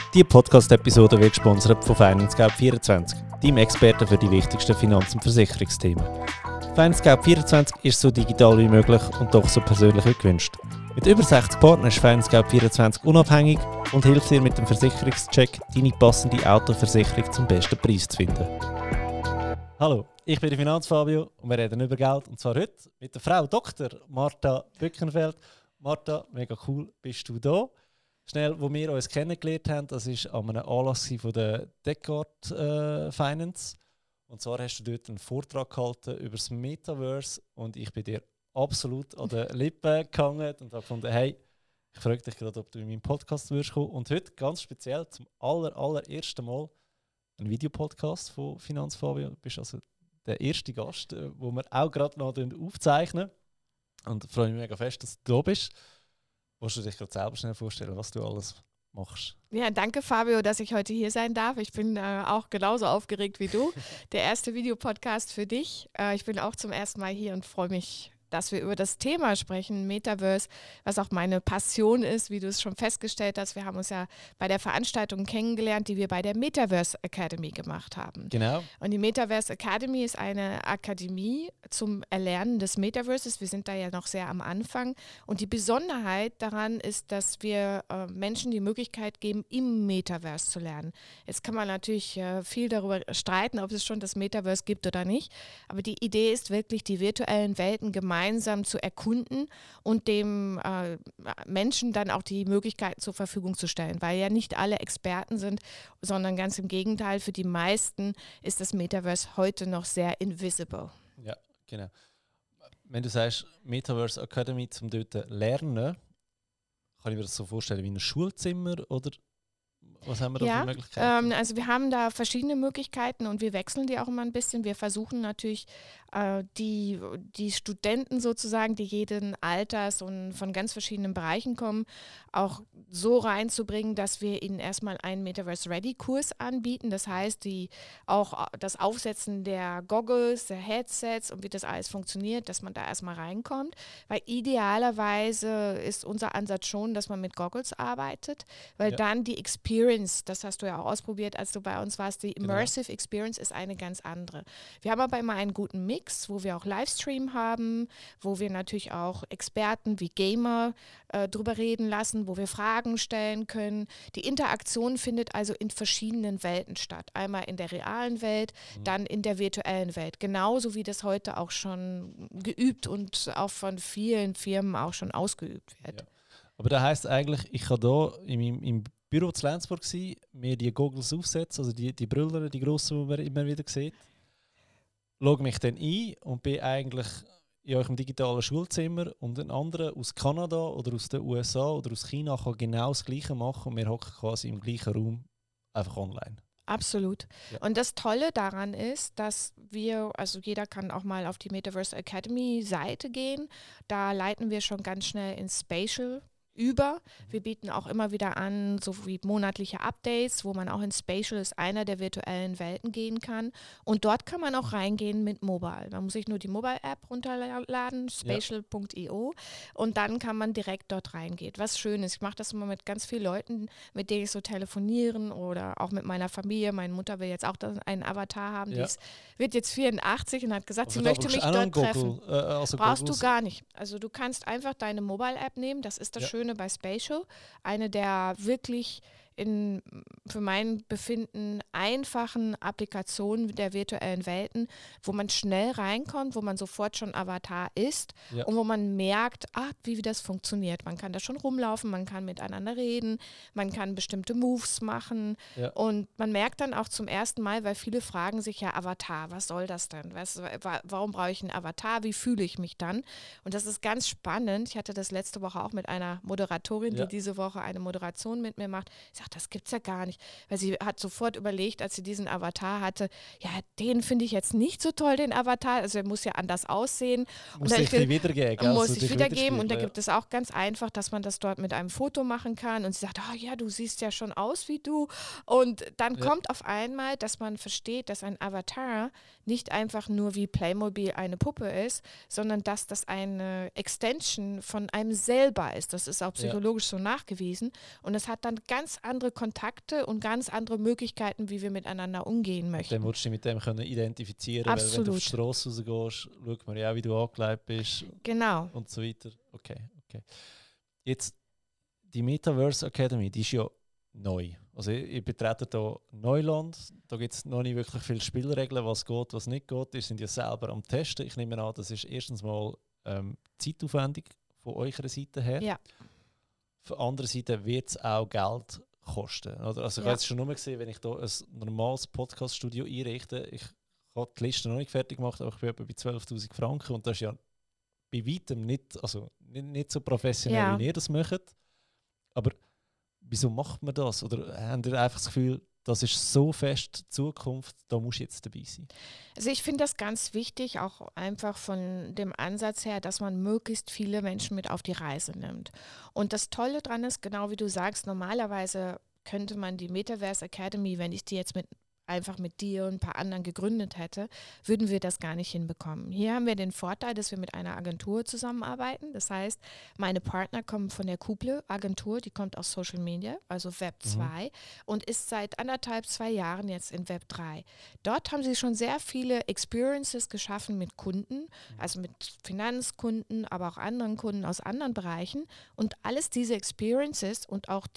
Diese Podcast-Episode wird gesponsert von FinanceScout24, deinem Experten für die wichtigsten Finanz- und Versicherungsthemen. FinanceScout24 ist so digital wie möglich und doch so persönlich wie gewünscht. Mit über 60 Partnern ist FinanceScout24 unabhängig und hilft dir mit dem Versicherungscheck, deine passende Autoversicherung zum besten Preis zu finden. Hallo, ich bin der Finanzfabio und wir reden über Geld, und zwar heute mit der Frau Dr. Martha Bückenfeld. Martha, mega cool, bist du da. Schnell, wo wir uns kennengelernt haben, das war an einem Anlass von der Descartes Finance. Und zwar hast du dort einen Vortrag gehalten über das Metaverse und ich bin dir absolut an den Lippen gehangen und habe gefunden, hey, ich frage dich gerade, ob du in meinen Podcast würdest kommen. Und heute ganz speziell zum allerersten Mal ein Videopodcast von Finanzfabio. Du bist also der erste Gast, wo wir auch gerade noch aufzeichnen. Und ich freue mich mega fest, dass du da bist. Willst du dich gerade selber schnell vorstellen, was du alles machst? Ja, danke Fabio, dass ich heute hier sein darf. Ich bin auch genauso aufgeregt wie du. Der erste Videopodcast für dich. Ich bin auch zum ersten Mal hier und freue mich, dass wir über das Thema sprechen, Metaverse, was auch meine Passion ist, wie du es schon festgestellt hast. Wir haben uns ja bei der Veranstaltung kennengelernt, die wir bei der Metaverse Academy gemacht haben. Genau. Und die Metaverse Academy ist eine Akademie zum Erlernen des Metaverses. Wir sind da ja noch sehr am Anfang. Und die Besonderheit daran ist, dass wir Menschen die Möglichkeit geben, im Metaverse zu lernen. Jetzt kann man natürlich viel darüber streiten, ob es schon das Metaverse gibt oder nicht. Aber die Idee ist wirklich, die virtuellen Welten gemeinsam zu erkunden und dem Menschen dann auch die Möglichkeiten zur Verfügung zu stellen, weil ja nicht alle Experten sind, sondern ganz im Gegenteil, für die meisten ist das Metaverse heute noch sehr invisible. Ja, genau. Wenn du sagst Metaverse Academy zum dort lernen, kann ich mir das so vorstellen wie ein Schulzimmer oder was haben wir da für Möglichkeiten? Also wir haben da verschiedene Möglichkeiten und wir wechseln die auch immer ein bisschen. Wir versuchen natürlich die Studenten sozusagen, die jeden Alters und von ganz verschiedenen Bereichen kommen, auch so reinzubringen, dass wir ihnen erstmal einen Metaverse-Ready-Kurs anbieten. Das heißt, auch das Aufsetzen der Goggles, der Headsets und wie das alles funktioniert, dass man da erstmal reinkommt. Weil idealerweise ist unser Ansatz schon, dass man mit Goggles arbeitet, weil dann die Experience, das hast du ja auch ausprobiert, als du bei uns warst, die Immersive Experience ist eine ganz andere. Wir haben aber immer einen guten Mix, wo wir auch Livestream haben, wo wir natürlich auch Experten wie Gamer drüber reden lassen, wo wir Fragen stellen können. Die Interaktion findet also in verschiedenen Welten statt. Einmal in der realen Welt, dann in der virtuellen Welt. Genauso wie das heute auch schon geübt und auch von vielen Firmen auch schon ausgeübt wird. Ja. Aber das heisst eigentlich, ich kann hier im Büro zu Lenzburg sein, mir die Goggles aufsetzen, also die Brille, die grossen, die man immer wieder sieht, logge mich dann ein und bin eigentlich in eurem digitalen Schulzimmer und ein anderer aus Kanada oder aus den USA oder aus China kann genau das Gleiche machen und wir hocken quasi im gleichen Raum, einfach online. Absolut. Ja. Und das Tolle daran ist, dass also jeder kann auch mal auf die Metaverse Academy Seite gehen, da leiten wir schon ganz schnell ins Spatial über. Wir bieten auch immer wieder an, so wie monatliche Updates, wo man auch in Spatial, einer der virtuellen Welten, gehen kann. Und dort kann man auch reingehen mit Mobile. Man muss sich nur die Mobile-App runterladen, spatial.io, und dann kann man direkt dort reingehen. Was schön ist, ich mache das immer mit ganz vielen Leuten, mit denen ich so telefonieren oder auch mit meiner Familie. Meine Mutter will jetzt auch einen Avatar haben, die wird jetzt 84 und hat gesagt, sie möchte mich dort treffen. Brauchst du gar nicht. Also du kannst einfach deine Mobile-App nehmen, das ist das Schöne bei Spatial, eine der wirklich für mein Befinden einfachen Applikationen der virtuellen Welten, wo man schnell reinkommt, wo man sofort schon Avatar ist und wo man merkt, wie das funktioniert. Man kann da schon rumlaufen, man kann miteinander reden, man kann bestimmte Moves machen und man merkt dann auch zum ersten Mal, weil viele fragen sich ja, Avatar, was soll das denn? Warum brauche ich einen Avatar? Wie fühle ich mich dann? Und das ist ganz spannend. Ich hatte das letzte Woche auch mit einer Moderatorin, die diese Woche eine Moderation mit mir macht. Ich sage, das gibt's ja gar nicht. Weil sie hat sofort überlegt, als sie diesen Avatar hatte, ja, den finde ich jetzt nicht so toll, den Avatar. Also er muss ja anders aussehen. Muss ich wiedergeben. Muss ich wiedergeben. Und da gibt es auch ganz einfach, dass man das dort mit einem Foto machen kann. Und sie sagt, du siehst ja schon aus wie du. Und dann kommt auf einmal, dass man versteht, dass ein Avatar nicht einfach nur wie Playmobil eine Puppe ist, sondern dass das eine Extension von einem selber ist. Das ist auch psychologisch so nachgewiesen. Und es hat dann ganz andere andere Kontakte und ganz andere Möglichkeiten, wie wir miteinander umgehen möchten. Dann würdest du dich mit dem können identifizieren, weil wenn du auf die Straße rausgehst, schaut man ja auch, wie du angelegt bist. Genau. Und so weiter. Okay. Jetzt, die Metaverse Academy, die ist ja neu. Also ihr betretet hier Neuland, da gibt es noch nicht wirklich viele Spielregeln, was geht, was nicht geht. Ihr seid ja selber am Testen. Ich nehme an, das ist erstens mal zeitaufwendig von eurer Seite her. Ja. Von der anderen Seite wird es auch Geld kosten. Oder? Also ich habe jetzt schon nur gesehen, wenn ich hier ein normales Podcast-Studio einrichte, ich habe die Liste noch nicht fertig gemacht, aber ich bin etwa bei 12'000 Franken und das ist ja bei weitem nicht so professionell, wie ihr das macht. Aber wieso macht man das? Oder habt ihr einfach das Gefühl, das ist so fest die Zukunft, da muss jetzt dabei sein? Also ich finde das ganz wichtig, auch einfach von dem Ansatz her, dass man möglichst viele Menschen mit auf die Reise nimmt. Und das Tolle daran ist, genau wie du sagst, normalerweise könnte man die Metaverse Academy, wenn ich die jetzt einfach mit dir und ein paar anderen gegründet hätte, würden wir das gar nicht hinbekommen. Hier haben wir den Vorteil, dass wir mit einer Agentur zusammenarbeiten. Das heißt, meine Partner kommen von der Kuble Agentur, die kommt aus Social Media, also Web 2 und ist seit 2 Jahren jetzt in Web 3. Dort haben sie schon sehr viele Experiences geschaffen mit Kunden, also mit Finanzkunden, aber auch anderen Kunden aus anderen Bereichen und alles diese Experiences und auch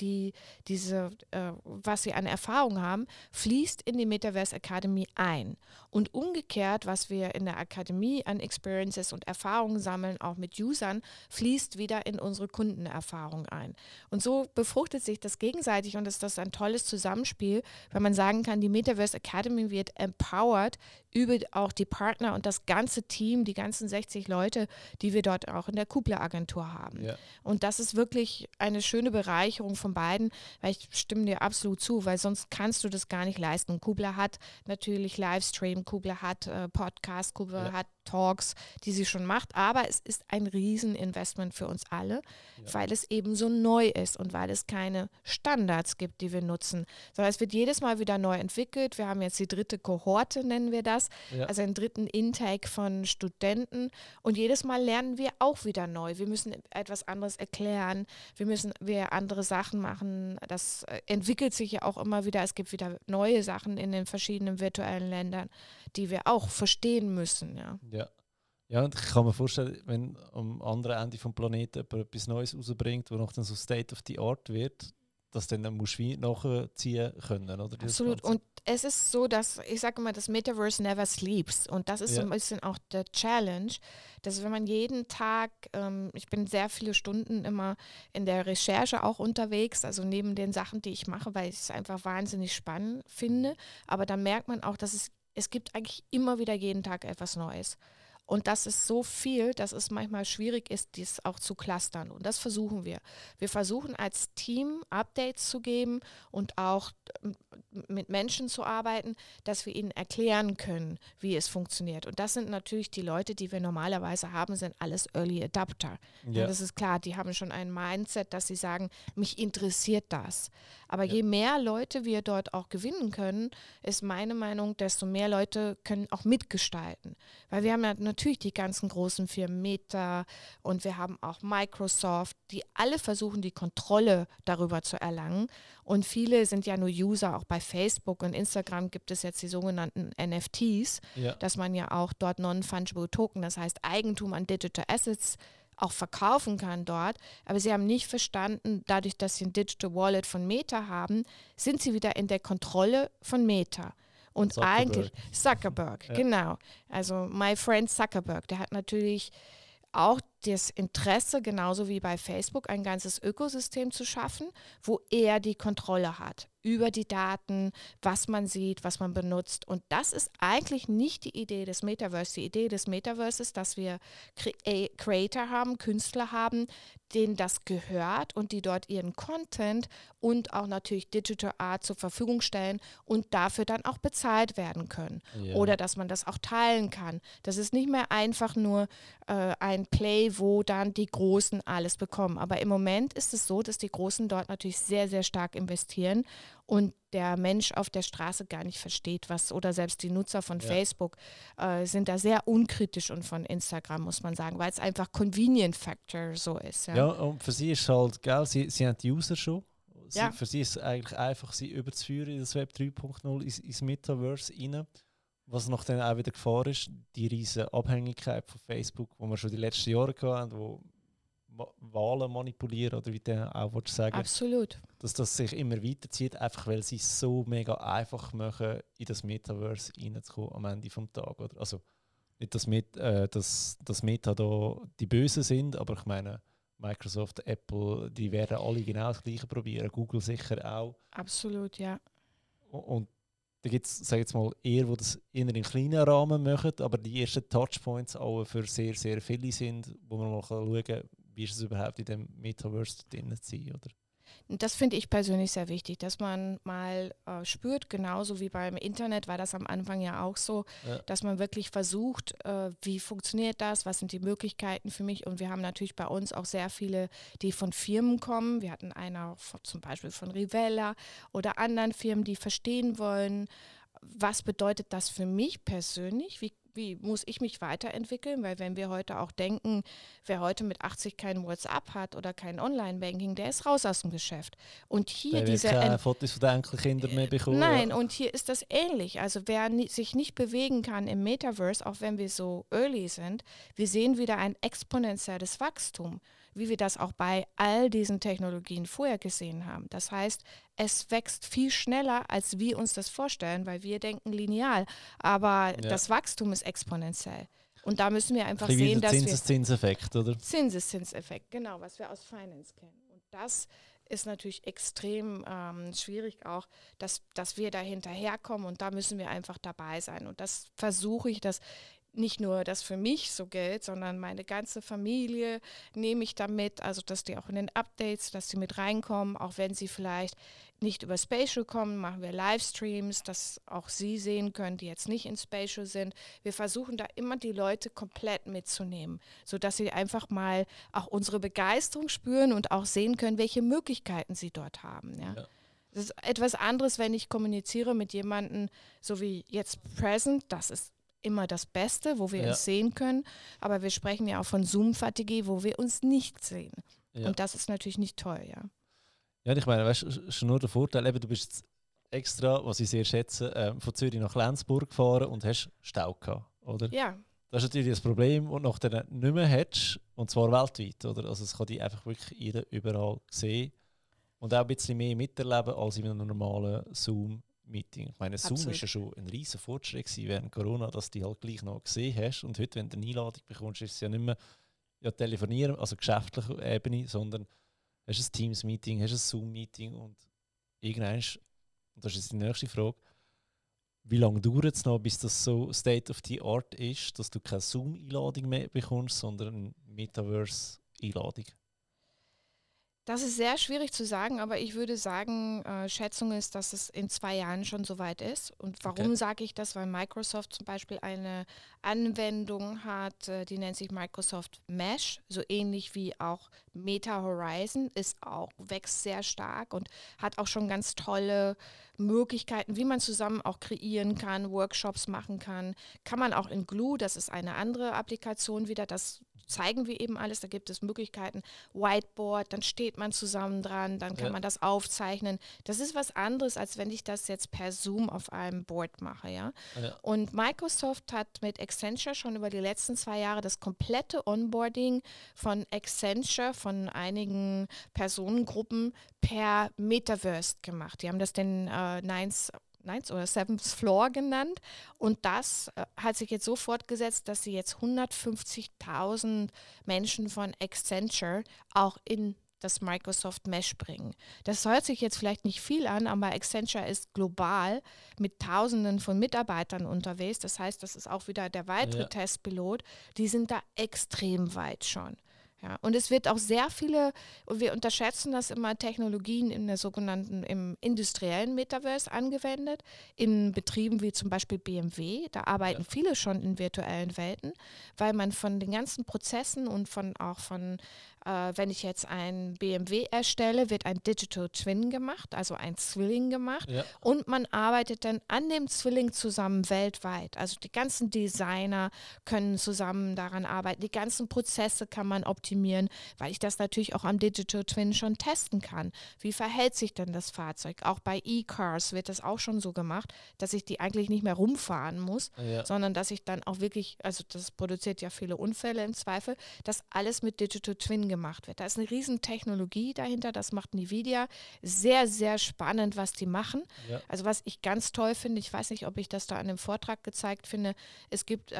was sie an Erfahrung haben, fließt in die Metaverse Academy ein. Und umgekehrt, was wir in der Akademie an Experiences und Erfahrungen sammeln, auch mit Usern, fließt wieder in unsere Kundenerfahrung ein. Und so befruchtet sich das gegenseitig und ist das ein tolles Zusammenspiel, weil man sagen kann, die Metaverse Academy wird empowered über auch die Partner und das ganze Team, die ganzen 60 Leute, die wir dort auch in der Kubler-Agentur haben. Ja. Und das ist wirklich eine schöne Bereicherung von beiden, weil ich stimme dir absolut zu, weil sonst kannst du das gar nicht leisten. Kubler hat natürlich Livestream, Kubler hat Podcast, Kubler hat Talks, die sie schon macht, aber es ist ein Rieseninvestment für uns alle, weil es eben so neu ist und weil es keine Standards gibt, die wir nutzen, sondern es wird jedes Mal wieder neu entwickelt. Wir haben jetzt die 3. Kohorte, nennen wir das, also einen 3. Intake von Studenten und jedes Mal lernen wir auch wieder neu. Wir müssen etwas anderes erklären, wir andere Sachen machen, das entwickelt sich ja auch immer wieder, es gibt wieder neue Sachen in den verschiedenen virtuellen Ländern, die wir auch verstehen müssen, Ja, und ich kann mir vorstellen, wenn am anderen Ende des Planeten jemand etwas Neues rausbringt, das noch dann so State of the Art wird, dass dann musst du wie nachziehen können, oder? Absolut. Und es ist so, dass, ich sage immer, das Metaverse never sleeps. Und das ist so ein bisschen auch der Challenge, dass wenn man jeden Tag, ich bin sehr viele Stunden immer in der Recherche auch unterwegs, also neben den Sachen, die ich mache, weil ich es einfach wahnsinnig spannend finde. Aber dann merkt man auch, dass es gibt eigentlich immer wieder jeden Tag etwas Neues. Und das ist so viel, dass es manchmal schwierig ist, dies auch zu clustern. Und das versuchen wir. Wir versuchen als Team Updates zu geben und auch mit Menschen zu arbeiten, dass wir ihnen erklären können, wie es funktioniert. Und das sind natürlich die Leute, die wir normalerweise haben, sind alles Early Adapter. Ja. Das ist klar, die haben schon ein Mindset, dass sie sagen, mich interessiert das. Aber je mehr Leute wir dort auch gewinnen können, ist meine Meinung, desto mehr Leute können auch mitgestalten. Weil wir haben ja natürlich die ganzen großen Firmen Meta und wir haben auch Microsoft, die alle versuchen, die Kontrolle darüber zu erlangen. Und viele sind ja nur User, auch bei Facebook und Instagram gibt es jetzt die sogenannten NFTs, dass man ja auch dort Non-Fungible Token, das heißt Eigentum an Digital Assets, auch verkaufen kann dort, aber sie haben nicht verstanden, dadurch, dass sie ein Digital Wallet von Meta haben, sind sie wieder in der Kontrolle von Meta. Und eigentlich Zuckerberg, genau. Also my friend Zuckerberg, der hat natürlich auch das Interesse, genauso wie bei Facebook, ein ganzes Ökosystem zu schaffen, wo er die Kontrolle hat über die Daten, was man sieht, was man benutzt. Und das ist eigentlich nicht die Idee des Metaverse. Die Idee des Metaverse ist, dass wir Creator haben, Künstler haben, denen das gehört und die dort ihren Content und auch natürlich Digital Art zur Verfügung stellen und dafür dann auch bezahlt werden können. Ja. Oder dass man das auch teilen kann. Das ist nicht mehr einfach nur ein Play, wo dann die Großen alles bekommen. Aber im Moment ist es so, dass die Großen dort natürlich sehr, sehr stark investieren und der Mensch auf der Straße gar nicht versteht, was, oder selbst die Nutzer von Facebook sind da sehr unkritisch und von Instagram, muss man sagen, weil es einfach Convenient Factor so ist. Ja, und für sie ist halt, gell, sie haben die User schon, Für sie ist es eigentlich einfach, sie überzuführen in das Web 3.0 ins Metaverse rein. Was noch dann auch wieder Gefahr ist, die riesige Abhängigkeit von Facebook, wo wir schon die letzten Jahre hatten, wo Wahlen manipulieren oder wie du auch sagen. Absolut. Dass das sich immer weiterzieht, einfach weil sie es so mega einfach machen, in das Metaverse reinzukommen am Ende des Tages. Oder? Also nicht, dass Meta da die Bösen sind, aber ich meine, Microsoft, Apple, die werden alle genau das Gleiche probieren, Google sicher auch. Absolut, ja. Und da gibt es, sage jetzt mal, eher, die das eher in kleinen Rahmen machen, aber die ersten Touchpoints auch für sehr, sehr viele sind, wo man mal schauen kann, wie ist es überhaupt in dem Metaverse drin zu sein, oder? Das finde ich persönlich sehr wichtig, dass man mal spürt, genauso wie beim Internet war das am Anfang ja auch so, dass man wirklich versucht, wie funktioniert das, was sind die Möglichkeiten für mich, und wir haben natürlich bei uns auch sehr viele, die von Firmen kommen. Wir hatten einen zum Beispiel von Rivella oder anderen Firmen, die verstehen wollen, was bedeutet das für mich persönlich, wie muss ich mich weiterentwickeln? Weil wenn wir heute auch denken, wer heute mit 80 kein WhatsApp hat oder kein Online-Banking, der ist raus aus dem Geschäft. Und hier der wird keine Fotos von den Enkelkindern mehr bekommen. Nein, und hier ist das ähnlich. Also wer sich nicht bewegen kann im Metaverse, auch wenn wir so early sind, wir sehen wieder ein exponentielles Wachstum, wie wir das auch bei all diesen Technologien vorher gesehen haben. Das heißt, es wächst viel schneller, als wir uns das vorstellen, weil wir denken lineal. Aber das Wachstum ist exponentiell. Und da müssen wir einfach sehen, dass Zinseszinseffekt, oder? Zinseszinseffekt, genau, was wir aus Finance kennen. Und das ist natürlich extrem schwierig auch, dass wir da hinterherkommen, und da müssen wir einfach dabei sein. Und das versuche ich, dass nicht nur das für mich so gilt, sondern meine ganze Familie nehme ich damit, also dass die auch in den Updates, dass sie mit reinkommen, auch wenn sie vielleicht nicht über Spatial kommen, machen wir Livestreams, dass auch sie sehen können, die jetzt nicht in Spatial sind. Wir versuchen da immer die Leute komplett mitzunehmen, sodass sie einfach mal auch unsere Begeisterung spüren und auch sehen können, welche Möglichkeiten sie dort haben. Ja. Das ist etwas anderes, wenn ich kommuniziere mit jemandem, so wie jetzt Present, das ist immer das Beste, wo wir uns sehen können, aber wir sprechen ja auch von Zoom-Fatigue, wo wir uns nicht sehen. Ja. Und das ist natürlich nicht toll, ja. Ja, ich meine, weißt du, schon nur der Vorteil, eben, du bist jetzt extra, was ich sehr schätze, von Zürich nach Lenzburg gefahren und hast Stau gehabt, oder? Ja. Das ist natürlich das Problem, und nachher nicht mehr hättest, und zwar weltweit, oder? Also es kann die einfach wirklich jeder überall sehen und auch ein bisschen mehr miterleben als in einem normalen Zoom-Meeting. Ich meine, Zoom war ja schon ein riesen Fortschritt während Corona, dass du die halt gleich noch gesehen hast, und heute, wenn du eine Einladung bekommst, ist es ja nicht mehr telefonieren, also geschäftliche Ebene, sondern hast ein Teams-Meeting, hast ein Zoom-Meeting, und irgendwann, und das ist die nächste Frage, wie lange dauert es noch, bis das so State of the Art ist, dass du keine Zoom-Einladung mehr bekommst, sondern eine Metaverse-Einladung? Das ist sehr schwierig zu sagen, aber ich würde sagen, Schätzung ist, dass es in 2 Jahren schon soweit ist. Und warum sage ich das? Weil Microsoft zum Beispiel eine Anwendung hat, die nennt sich Microsoft Mesh, so ähnlich wie auch Meta Horizon, wächst sehr stark und hat auch schon ganz tolle Möglichkeiten, wie man zusammen auch kreieren kann, Workshops machen kann. Kann man auch in Glue, das ist eine andere Applikation wieder, das zeigen wir eben alles, da gibt es Möglichkeiten, Whiteboard, dann steht man zusammen dran, dann kann man das aufzeichnen. Das ist was anderes, als wenn ich das jetzt per Zoom auf einem Board mache, ja. Und Microsoft hat mit Accenture schon über die letzten 2 Jahre das komplette Onboarding von Accenture, von einigen Personengruppen per Metaverse gemacht. Die haben das den Ninth oder Seventh Floor genannt, und das hat sich jetzt so fortgesetzt, dass sie jetzt 150.000 Menschen von Accenture auch in das Microsoft Mesh bringen. Das hört sich jetzt vielleicht nicht viel an, aber Accenture ist global mit Tausenden von Mitarbeitern unterwegs. Das heißt, das ist auch wieder der weitere Testpilot. Die sind da extrem weit schon. Ja, und es wird auch sehr viele, und wir unterschätzen das immer, Technologien in der sogenannten, im industriellen Metaverse angewendet, in Betrieben wie zum Beispiel BMW, da arbeiten viele schon in virtuellen Welten, weil man von den ganzen Prozessen und auch von Wenn ich jetzt ein BMW erstelle, wird ein Digital Twin gemacht, also ein Zwilling gemacht. Ja. Und man arbeitet dann an dem Zwilling zusammen weltweit. Also die ganzen Designer können zusammen daran arbeiten. Die ganzen Prozesse kann man optimieren, weil ich das natürlich auch am Digital Twin schon testen kann. Wie verhält sich denn das Fahrzeug? Auch bei E-Cars wird das auch schon so gemacht, dass ich die eigentlich nicht mehr rumfahren muss, sondern dass ich dann auch wirklich, also das produziert ja viele Unfälle im Zweifel, dass alles mit Digital Twin gemacht wird. Da ist eine riesen Technologie dahinter, das macht Nvidia. Sehr, sehr spannend, was die machen. Ja. Also was ich ganz toll finde, ich weiß nicht, ob ich das da an dem Vortrag gezeigt finde, es gibt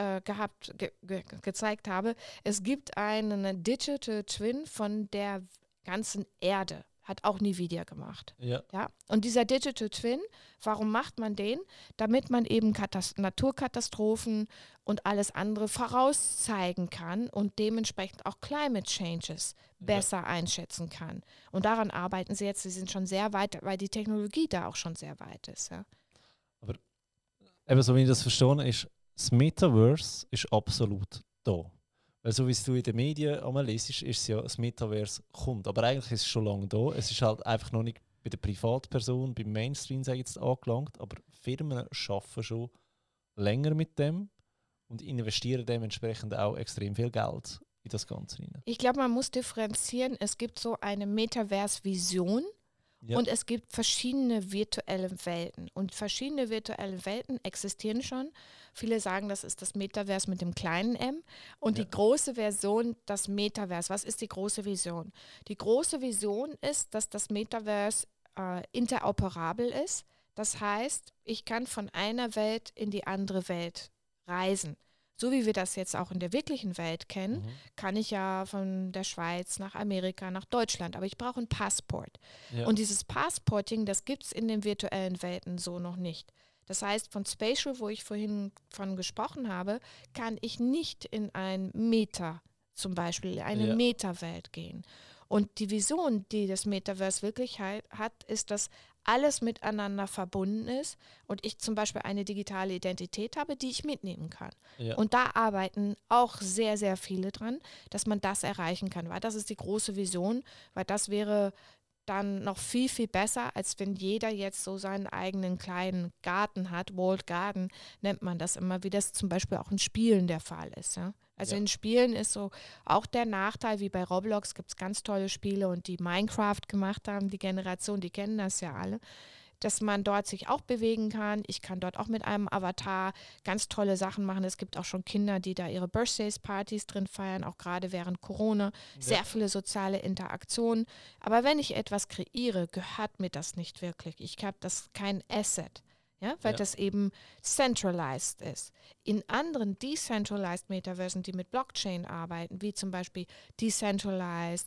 gezeigt habe, es gibt einen Digital Twin von der ganzen Erde. Hat auch Nvidia gemacht. Ja. Ja? Und dieser Digital Twin, warum macht man den? Damit man eben Naturkatastrophen und alles andere vorauszeigen kann und dementsprechend auch Climate Changes besser einschätzen kann. Und daran arbeiten sie jetzt, sie sind schon sehr weit, weil die Technologie da auch schon sehr weit ist. Ja. Aber eben so wie ich das verstehe, ist das Metaverse ist absolut da. Weil so wie es du in den Medien einmal liest, ist es ja, das Metaverse kommt. Aber eigentlich ist es schon lange da. Es ist halt einfach noch nicht bei der Privatperson, beim Mainstream sage ich jetzt angelangt. Aber Firmen arbeiten schon länger mit dem und investieren dementsprechend auch extrem viel Geld in das Ganze rein. Ich glaube, man muss differenzieren. Es gibt so eine Metaverse-Vision. Ja. Und es gibt verschiedene virtuelle Welten. Und verschiedene virtuelle Welten existieren schon. Viele sagen, das ist das Metaverse mit dem kleinen m. Und die große Version, das Metaverse. Was ist die große Vision? Die große Vision ist, dass das Metaverse interoperabel ist. Das heißt, ich kann von einer Welt in die andere Welt reisen. So wie wir das jetzt auch in der wirklichen Welt kennen, kann ich ja von der Schweiz nach Amerika, nach Deutschland. Aber ich brauche ein Passport. Ja. Und dieses Passporting, das gibt es in den virtuellen Welten so noch nicht. Das heißt, von Spatial, wo ich vorhin von gesprochen habe, kann ich nicht in ein Meta, zum Beispiel eine Meta-Welt gehen. Und die Vision, die das Metaverse wirklich hat, ist, dass alles miteinander verbunden ist und ich zum Beispiel eine digitale Identität habe, die ich mitnehmen kann. Ja. Und da arbeiten auch sehr, sehr viele dran, dass man das erreichen kann, weil das ist die große Vision, weil das wäre dann noch viel, viel besser, als wenn jeder jetzt so seinen eigenen kleinen Garten hat. Walled Garden nennt man das immer, wie das zum Beispiel auch in Spielen der Fall ist. Ja? Also in Spielen ist so auch der Nachteil, wie bei Roblox gibt es ganz tolle Spiele und die Minecraft gemacht haben, die Generation, die kennen das ja alle, dass man dort sich auch bewegen kann. Ich kann dort auch mit einem Avatar ganz tolle Sachen machen. Es gibt auch schon Kinder, die da ihre Birthdays-Partys drin feiern, auch gerade während Corona. Sehr viele soziale Interaktionen. Aber wenn ich etwas kreiere, gehört mir das nicht wirklich. Ich habe das kein Asset. Ja, weil das eben centralized ist. In anderen decentralized Metaversen, die mit Blockchain arbeiten, wie zum Beispiel Decentraland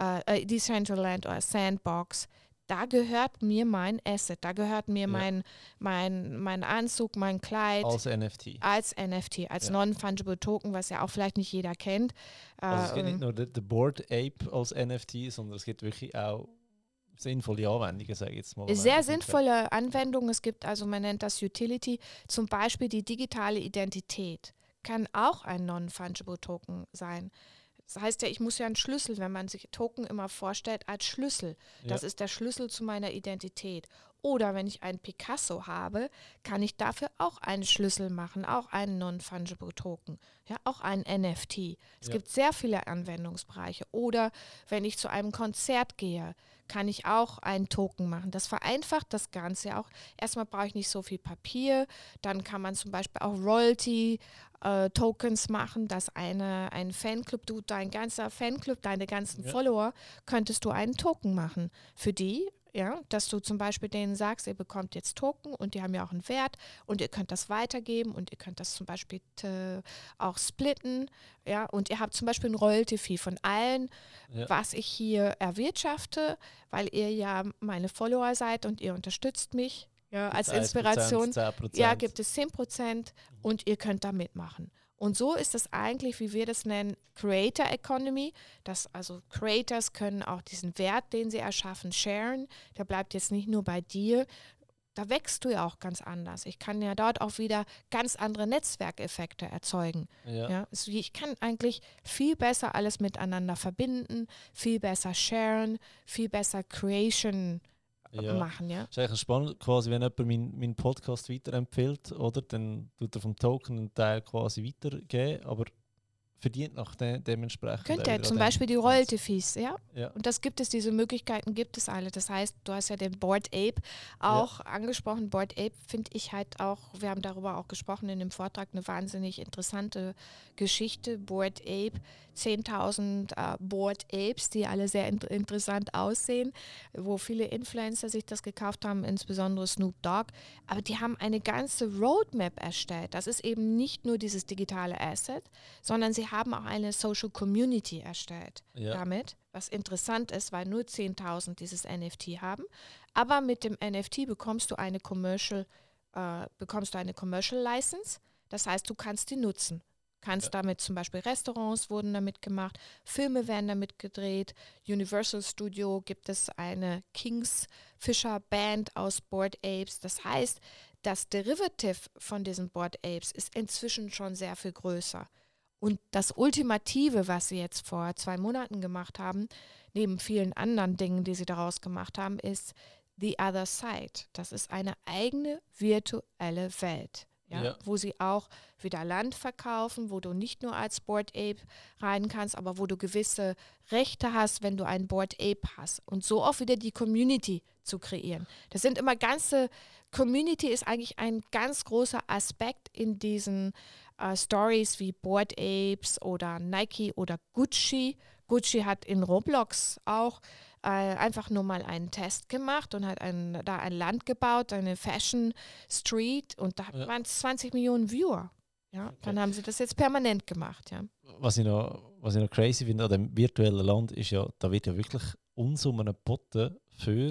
oder Sandbox, da gehört mir mein Asset, da gehört mir mein Anzug, mein Kleid. Als NFT. Als Non-Fungible Token, was ja auch vielleicht nicht jeder kennt. Also es gibt nicht nur den Bored Ape als NFT, sondern es gibt wirklich auch sinnvolle Anwendungen, sage ich jetzt mal. Sehr sinnvolle Anwendungen. Es gibt also, man nennt das Utility, zum Beispiel die digitale Identität kann auch ein Non-Fungible Token sein. Das heißt ja, ich muss ja einen Schlüssel, wenn man sich Token immer vorstellt, als Schlüssel. Das ist der Schlüssel zu meiner Identität. Oder wenn ich einen Picasso habe, kann ich dafür auch einen Schlüssel machen, auch einen Non-Fungible Token, ja, auch ein NFT. Es gibt sehr viele Anwendungsbereiche. Oder wenn ich zu einem Konzert gehe, kann ich auch einen Token machen. Das vereinfacht das Ganze auch. Erstmal brauche ich nicht so viel Papier. Dann kann man zum Beispiel auch Royalty-Tokens machen, dass ein Fanclub, dein ganzer Fanclub, deine ganzen Follower, könntest du einen Token machen für die. Ja, dass du zum Beispiel denen sagst, ihr bekommt jetzt Token und die haben ja auch einen Wert und ihr könnt das weitergeben und ihr könnt das zum Beispiel auch splitten, ja, und ihr habt zum Beispiel ein Royalty-Fee von allen, was ich hier erwirtschafte, weil ihr ja meine Follower seid und ihr unterstützt mich, ja, als Inspiration. 10%. Ja, gibt es 10% und ihr könnt da mitmachen. Und so ist es eigentlich, wie wir das nennen, Creator Economy. Also Creators können auch diesen Wert, den sie erschaffen, sharen. Der bleibt jetzt nicht nur bei dir. da wächst du ja auch ganz anders. Ich kann ja dort auch wieder ganz andere Netzwerkeffekte erzeugen. Ja, also ich kann eigentlich viel besser alles miteinander verbinden, viel besser sharen, viel besser Creation machen. Ja. Das ist eigentlich spannend, quasi, wenn jemand meinen Podcast weiterempfiehlt, oder, dann tut er vom Token einen Teil quasi weitergeben, aber verdient nach dementsprechend. Könnt ihr zum Beispiel die Royalty-Fees, ja? Und das gibt es, diese Möglichkeiten gibt es alle. Das heißt, du hast ja den Bored Ape auch angesprochen. Bored Ape finde ich halt auch, wir haben darüber auch gesprochen in dem Vortrag, eine wahnsinnig interessante Geschichte. Bored Ape, 10.000 Bored Apes, die alle sehr interessant aussehen, wo viele Influencer sich das gekauft haben, insbesondere Snoop Dogg. Aber die haben eine ganze Roadmap erstellt. Das ist eben nicht nur dieses digitale Asset, sondern sie haben auch eine Social Community erstellt damit, was interessant ist, weil nur 10.000 dieses NFT haben. Aber mit dem NFT bekommst du eine Commercial License. Das heißt, du kannst die nutzen. Kannst damit zum Beispiel Restaurants wurden damit gemacht, Filme werden damit gedreht, Universal Studio gibt es eine Kingfisher Band aus Bored Apes. Das heißt, das Derivative von diesen Bored Apes ist inzwischen schon sehr viel größer. Und das Ultimative, was sie jetzt vor 2 Monaten gemacht haben, neben vielen anderen Dingen, die sie daraus gemacht haben, ist The Other Side. Das ist eine eigene virtuelle Welt, wo sie auch wieder Land verkaufen, wo du nicht nur als Bored Ape rein kannst, aber wo du gewisse Rechte hast, wenn du einen Bored Ape hast. Und so auch wieder die Community zu kreieren. Das sind immer Community ist eigentlich ein ganz großer Aspekt in diesen Stories wie Bored Apes oder Nike oder Gucci. Gucci hat in Roblox auch einfach nur mal einen Test gemacht und hat da ein Land gebaut, eine Fashion Street, und da waren es 20 Millionen Viewer. Ja, dann haben sie das jetzt permanent gemacht. Ja. Was ich noch crazy finde an dem virtuellen Land ist ja, da wird ja wirklich Unsummen geboten für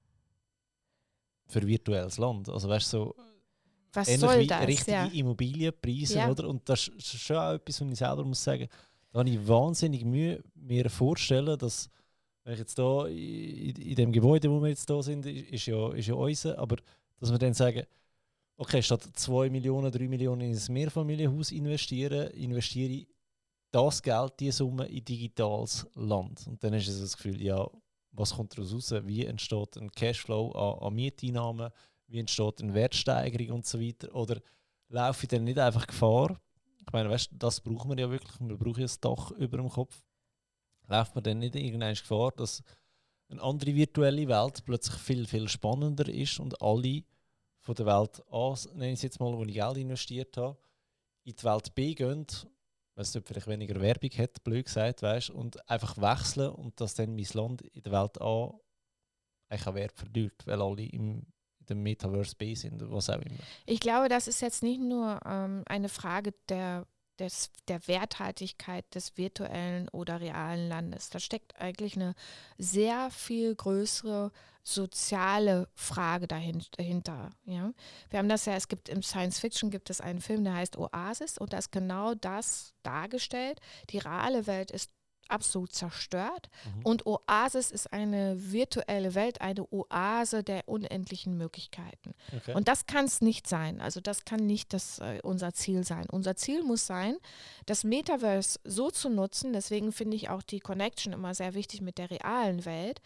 virtuelles Land. Also weißt du, so was soll das? Richtige Immobilienpreise, oder? Und das ist schon auch etwas, was ich selber muss sagen, da habe ich wahnsinnig Mühe, mir vorstellen, dass, wenn ich jetzt da in dem Gebäude, wo wir jetzt da sind, ist ja unser, aber dass wir dann sagen, okay, statt 2 Millionen, 3 Millionen in ein Mehrfamilienhaus investiere ich das Geld, diese Summe in digitales Land. Und dann ist es das Gefühl, ja, was kommt daraus raus? Wie entsteht ein Cashflow an Mieteinnahmen? Wie entsteht eine Wertsteigerung und so weiter? Oder laufe ich dann nicht einfach Gefahr? Ich meine, weißt, das braucht man ja wirklich. Man braucht ja ein Dach über dem Kopf. Läuft man dann nicht irgendwann Gefahr, dass eine andere virtuelle Welt plötzlich viel, viel spannender ist und alle von der Welt A, nenne ich es jetzt mal, wo ich Geld investiert habe, in die Welt B gehen, weil es dort vielleicht weniger Werbung hat, blöd gesagt, weißt, und einfach wechseln und dass dann mein Land in der Welt A eigentlich an Wert verliert, weil alle im dem Metaverse B sind oder was auch immer. Ich glaube, das ist jetzt nicht nur eine Frage der Werthaltigkeit des virtuellen oder realen Landes. Da steckt eigentlich eine sehr viel größere soziale Frage dahinter. Ja? Wir haben das ja, es gibt im Science Fiction gibt es einen Film, der heißt Oasis, und da ist genau das dargestellt. Die reale Welt ist absolut zerstört. Und Oasis ist eine virtuelle Welt, eine Oase der unendlichen Möglichkeiten. Okay. Und das kann es nicht sein. Also das kann nicht unser Ziel sein. Unser Ziel muss sein, das Metaverse so zu nutzen, deswegen finde ich auch die Connection immer sehr wichtig mit der realen Welt,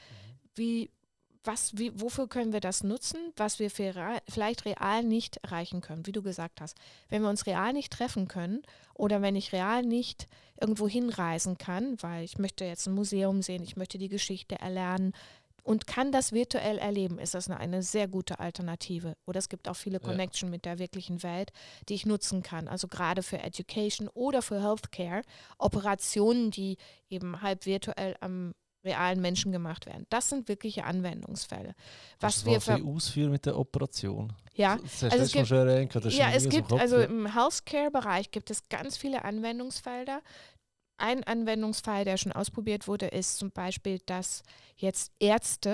wofür können wir das nutzen, was wir vielleicht real nicht erreichen können, wie du gesagt hast. Wenn wir uns real nicht treffen können oder wenn ich real nicht irgendwo hinreisen kann, weil ich möchte jetzt ein Museum sehen, ich möchte die Geschichte erlernen und kann das virtuell erleben, ist das eine sehr gute Alternative. Oder es gibt auch viele Connection mit der wirklichen Welt, die ich nutzen kann. Also gerade für Education oder für Healthcare, Operationen, die eben halb virtuell am realen Menschen gemacht werden. Das sind wirkliche Anwendungsfälle. Was wir ausführen mit der Operation? Ja, es gibt im Healthcare-Bereich gibt es ganz viele Anwendungsfelder. Ein Anwendungsfall, der schon ausprobiert wurde, ist zum Beispiel, dass jetzt Ärzte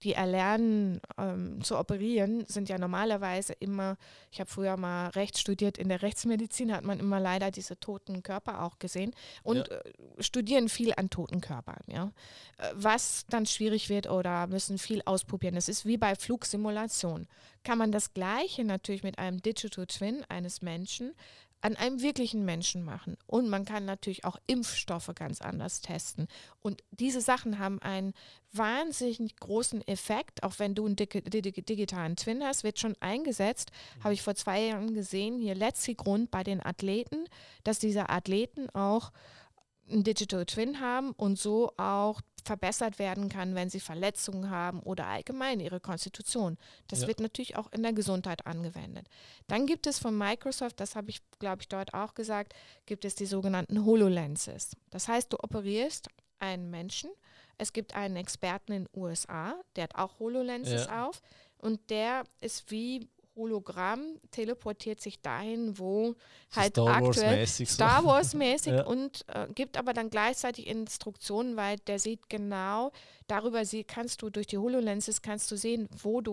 die erlernen zu operieren, sind ja normalerweise immer, ich habe früher mal Recht studiert, in der Rechtsmedizin hat man immer leider diese toten Körper auch gesehen und studieren viel an toten Körpern, ja. Was dann schwierig wird oder müssen viel ausprobieren. Das ist wie bei Flugsimulation. Kann man das Gleiche natürlich mit einem Digital Twin eines Menschen an einem wirklichen Menschen machen. Und man kann natürlich auch Impfstoffe ganz anders testen. Und diese Sachen haben einen wahnsinnig großen Effekt. Auch wenn du einen digitalen Twin hast, wird schon eingesetzt, habe ich vor 2 Jahren gesehen, hier letzter Grund bei den Athleten, dass diese Athleten auch einen Digital Twin haben und so auch verbessert werden kann, wenn sie Verletzungen haben oder allgemein ihre Konstitution. Das wird natürlich auch in der Gesundheit angewendet. Dann gibt es von Microsoft, das habe ich, glaube ich, dort auch gesagt, gibt es die sogenannten HoloLenses. Das heißt, du operierst einen Menschen, es gibt einen Experten in den USA, der hat auch HoloLenses auf und der ist wie Hologramm, teleportiert sich dahin, wo halt aktuell Star Wars-mäßig und gibt aber dann gleichzeitig Instruktionen, weil der sieht genau, kannst du durch die HoloLenses kannst du sehen,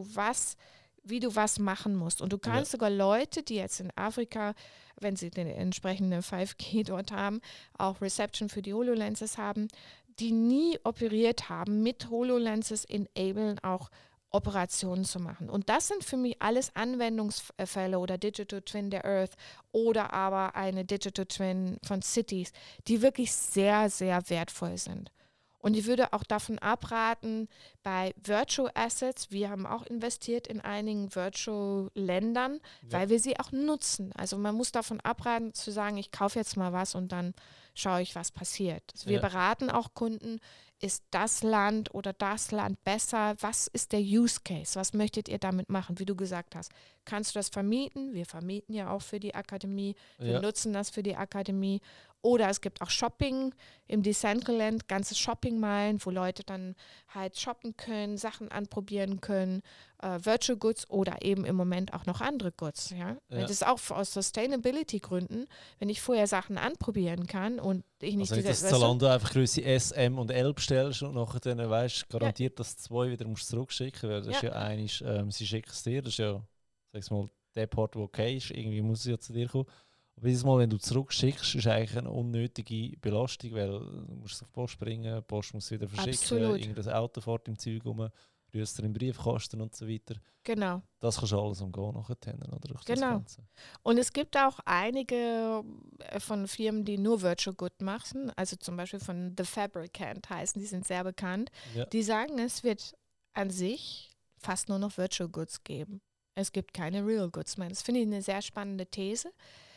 wie du was machen musst. Und du kannst sogar Leute, die jetzt in Afrika, wenn sie den entsprechenden 5G dort haben, auch Reception für die HoloLenses haben, die nie operiert haben, mit HoloLenses enablen auch Operationen zu machen. Und das sind für mich alles Anwendungsfälle oder Digital Twin der Earth oder aber eine Digital Twin von Cities, die wirklich sehr, sehr wertvoll sind. Und ich würde auch davon abraten, bei Virtual Assets, wir haben auch investiert in einigen Virtual-Ländern, weil wir sie auch nutzen. Also man muss davon abraten zu sagen, ich kaufe jetzt mal was und dann schaue ich, was passiert. Also wir beraten auch Kunden, ist das Land oder das Land besser? Was ist der Use Case? Was möchtet ihr damit machen? Wie du gesagt hast, kannst du das vermieten? Wir vermieten ja auch für die Akademie. Wir nutzen das für die Akademie. Oder es gibt auch Shopping im Decentraland, ganze Shoppingmeilen, wo Leute dann halt shoppen können, Sachen anprobieren können, Virtual Goods oder eben im Moment auch noch andere Goods. Das ist auch aus Sustainability-Gründen, wenn ich vorher Sachen anprobieren kann und ich nicht also dass Zalando einfach Größe S, M und L bestellst und nachher dann weißt, garantiert, dass du 2 wieder musst zurückschicken, weil das ist ja eigentlich, sie schicken es dir, das ist ja, sag's mal, der Part, der okay ist, irgendwie muss es ja zu dir kommen. Aber jedes Mal, wenn du zurückschickst, ist eigentlich eine unnötige Belastung, weil du musst auf die Post bringen, die Post muss wieder verschicken, irgendein Auto fährt im Zeug rum, rührst du in den Briefkasten und so weiter. Genau. Das kannst du alles umgehen nachher, oder? Durch das Ganze. Und es gibt auch einige von Firmen, die nur Virtual Good machen, also zum Beispiel von The Fabricant heißen, die sind sehr bekannt. Die sagen, es wird an sich fast nur noch Virtual Goods geben. Es gibt keine Real Goods mehr. Das finde ich eine sehr spannende These.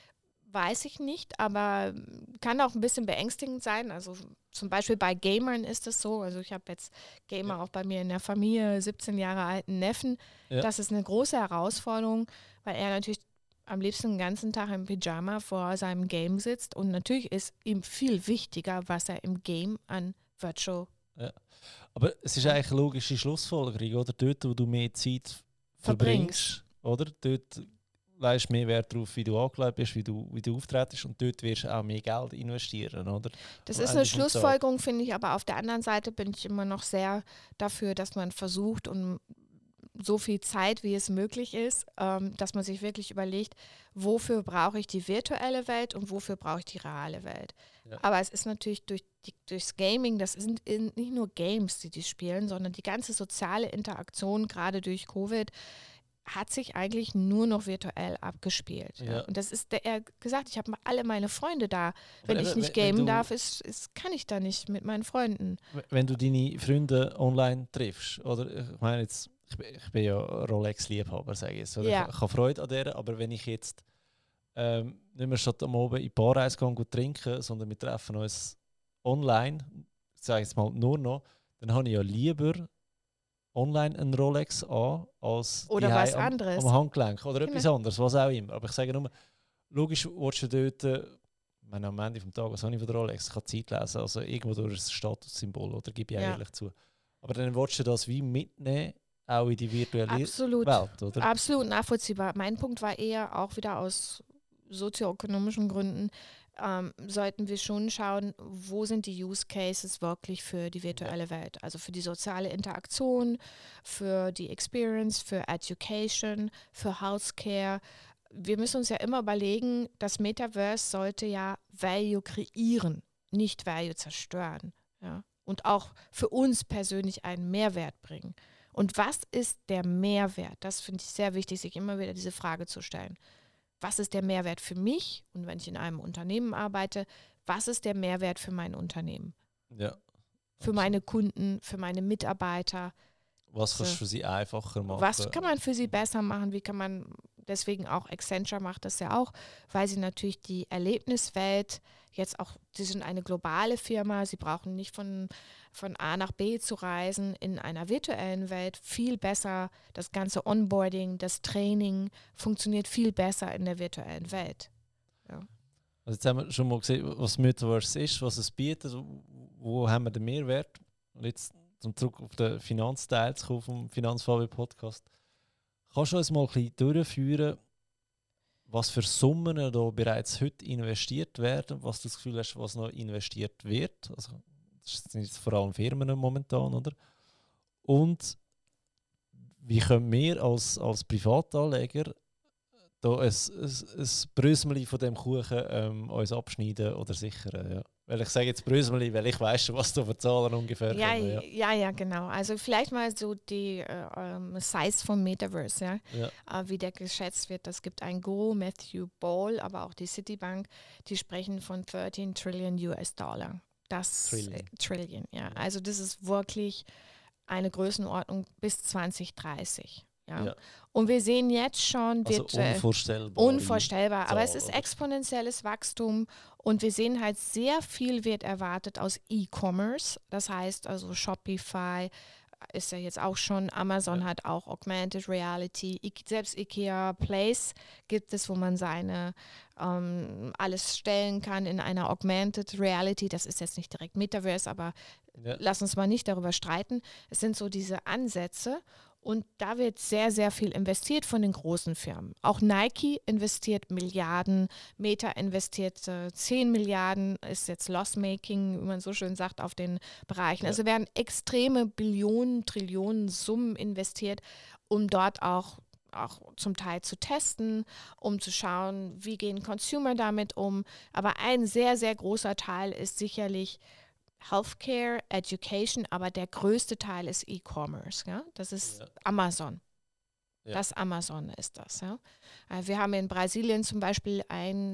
Weiß ich nicht, aber kann auch ein bisschen beängstigend sein. Also zum Beispiel bei Gamern ist es so, also ich habe jetzt Gamer auch bei mir in der Familie, 17 Jahre alten Neffen. Das ist eine große Herausforderung, weil er natürlich am liebsten den ganzen Tag im Pyjama vor seinem Game sitzt und natürlich ist ihm viel wichtiger, was er im Game an Virtual aber es ist eigentlich eine logische Schlussfolgerung, oder? Dort, wo du mehr Zeit verbringst, oder? Dort legst du mehr Wert darauf, wie du angelegt bist, wie du auftrittst und dort wirst du auch mehr Geld investieren, oder? Das ist eine Schlussfolgerung, finde ich, aber auf der anderen Seite bin ich immer noch sehr dafür, dass man versucht und so viel Zeit, wie es möglich ist, dass man sich wirklich überlegt, wofür brauche ich die virtuelle Welt und wofür brauche ich die reale Welt. Aber es ist natürlich durchs Gaming, das sind nicht nur Games, die spielen, sondern die ganze soziale Interaktion, gerade durch Covid, hat sich eigentlich nur noch virtuell abgespielt. Und das ist, er gesagt, ich habe alle meine Freunde da. Wenn ich nicht gamen darf, kann ich da nicht mit meinen Freunden. Wenn du deine Freunde online triffst, oder ich meine jetzt, ich bin ja Rolex-Liebhaber, sage ich jetzt. Oder? Ich habe Freude an der, aber wenn ich jetzt nicht mehr statt am Abend in die Bar gehen und trinken, sondern wir treffen uns online, ich sage jetzt mal nur noch, dann habe ich ja lieber online einen Rolex an, als oder was anderes am Handgelenk oder etwas anderes, was auch immer. Aber ich sage nur, logisch willst du dort, am Ende des Tages habe ich von der Rolex, ich kann Zeit lesen, also irgendwo durch ein Statussymbol, oder gebe ich auch ehrlich zu. Aber dann willst du das wie mitnehmen, auch in die virtuelle Welt, oder? Absolut nachvollziehbar. Mein Punkt war eher auch wieder aus sozioökonomischen Gründen, sollten wir schon schauen, wo sind die Use Cases wirklich für die virtuelle Welt, also für die soziale Interaktion, für die Experience, für Education, für Healthcare. Wir müssen uns ja immer überlegen, das Metaverse sollte ja Value kreieren, nicht Value zerstören. Ja? Und auch für uns persönlich einen Mehrwert bringen. Und was ist der Mehrwert? Das finde ich sehr wichtig, sich immer wieder diese Frage zu stellen. Was ist der Mehrwert für mich? Und wenn ich in einem Unternehmen arbeite, was ist der Mehrwert für mein Unternehmen? Ja. Für meine Kunden, für meine Mitarbeiter. Was kannst du für sie einfacher machen? Was kann man für sie besser machen? Wie kann man, deswegen auch Accenture macht das ja auch, weil sie natürlich die Erlebniswelt jetzt auch, sie sind eine globale Firma, sie brauchen nicht von A nach B zu reisen, in einer virtuellen Welt viel besser, das ganze Onboarding, das Training funktioniert viel besser in der virtuellen Welt. Ja. Also jetzt haben wir schon mal gesehen, was Metaverse ist, was es bietet, wo haben wir den Mehrwert. Und jetzt zum zurück auf den Finanzteil zu kommen vom Finanzfabrik-Podcast. Kannst du uns mal ein bisschen durchführen, was für Summen da bereits heute investiert werden, was du das Gefühl hast, was noch investiert wird? Also, das sind jetzt vor allem Firmen momentan, oder? Und wie können wir als Privatanleger da ein Brösmeli von dem Kuchen uns abschneiden oder sichern? Ja. Weil ich sage jetzt Brösmeli, weil ich weiss schon, was da für Zahlen ungefähr kommen. Ja, genau. Also vielleicht mal so die Size vom Metaverse, wie der geschätzt wird. Es gibt ein Go, Matthew Ball, aber auch die Citibank, die sprechen von 13 Trillion US-Dollar. Trillion, ja. Also das ist wirklich eine Größenordnung bis 2030. Ja. Und wir sehen jetzt schon, unvorstellbar, aber es ist exponentielles Wachstum und wir sehen halt, sehr viel wird erwartet aus E-Commerce, das heißt also Shopify ist ja jetzt auch schon, Amazon hat auch Augmented Reality, selbst IKEA Place gibt es, wo man seine alles stellen kann in einer Augmented Reality, das ist jetzt nicht direkt Metaverse, aber lass uns mal nicht darüber streiten, es sind so diese Ansätze. Und da wird sehr, sehr viel investiert von den großen Firmen. Auch Nike investiert Milliarden, Meta investiert 10 Milliarden, ist jetzt Loss-Making, wie man so schön sagt, auf den Bereichen. Also werden extreme Billionen, Trillionen Summen investiert, um dort auch zum Teil zu testen, um zu schauen, wie gehen Consumer damit um. Aber ein sehr, sehr großer Teil ist sicherlich Healthcare, Education, aber der größte Teil ist E-Commerce. Ja? Das ist Amazon. Ja. Das Amazon ist das. Ja? Wir haben in Brasilien zum Beispiel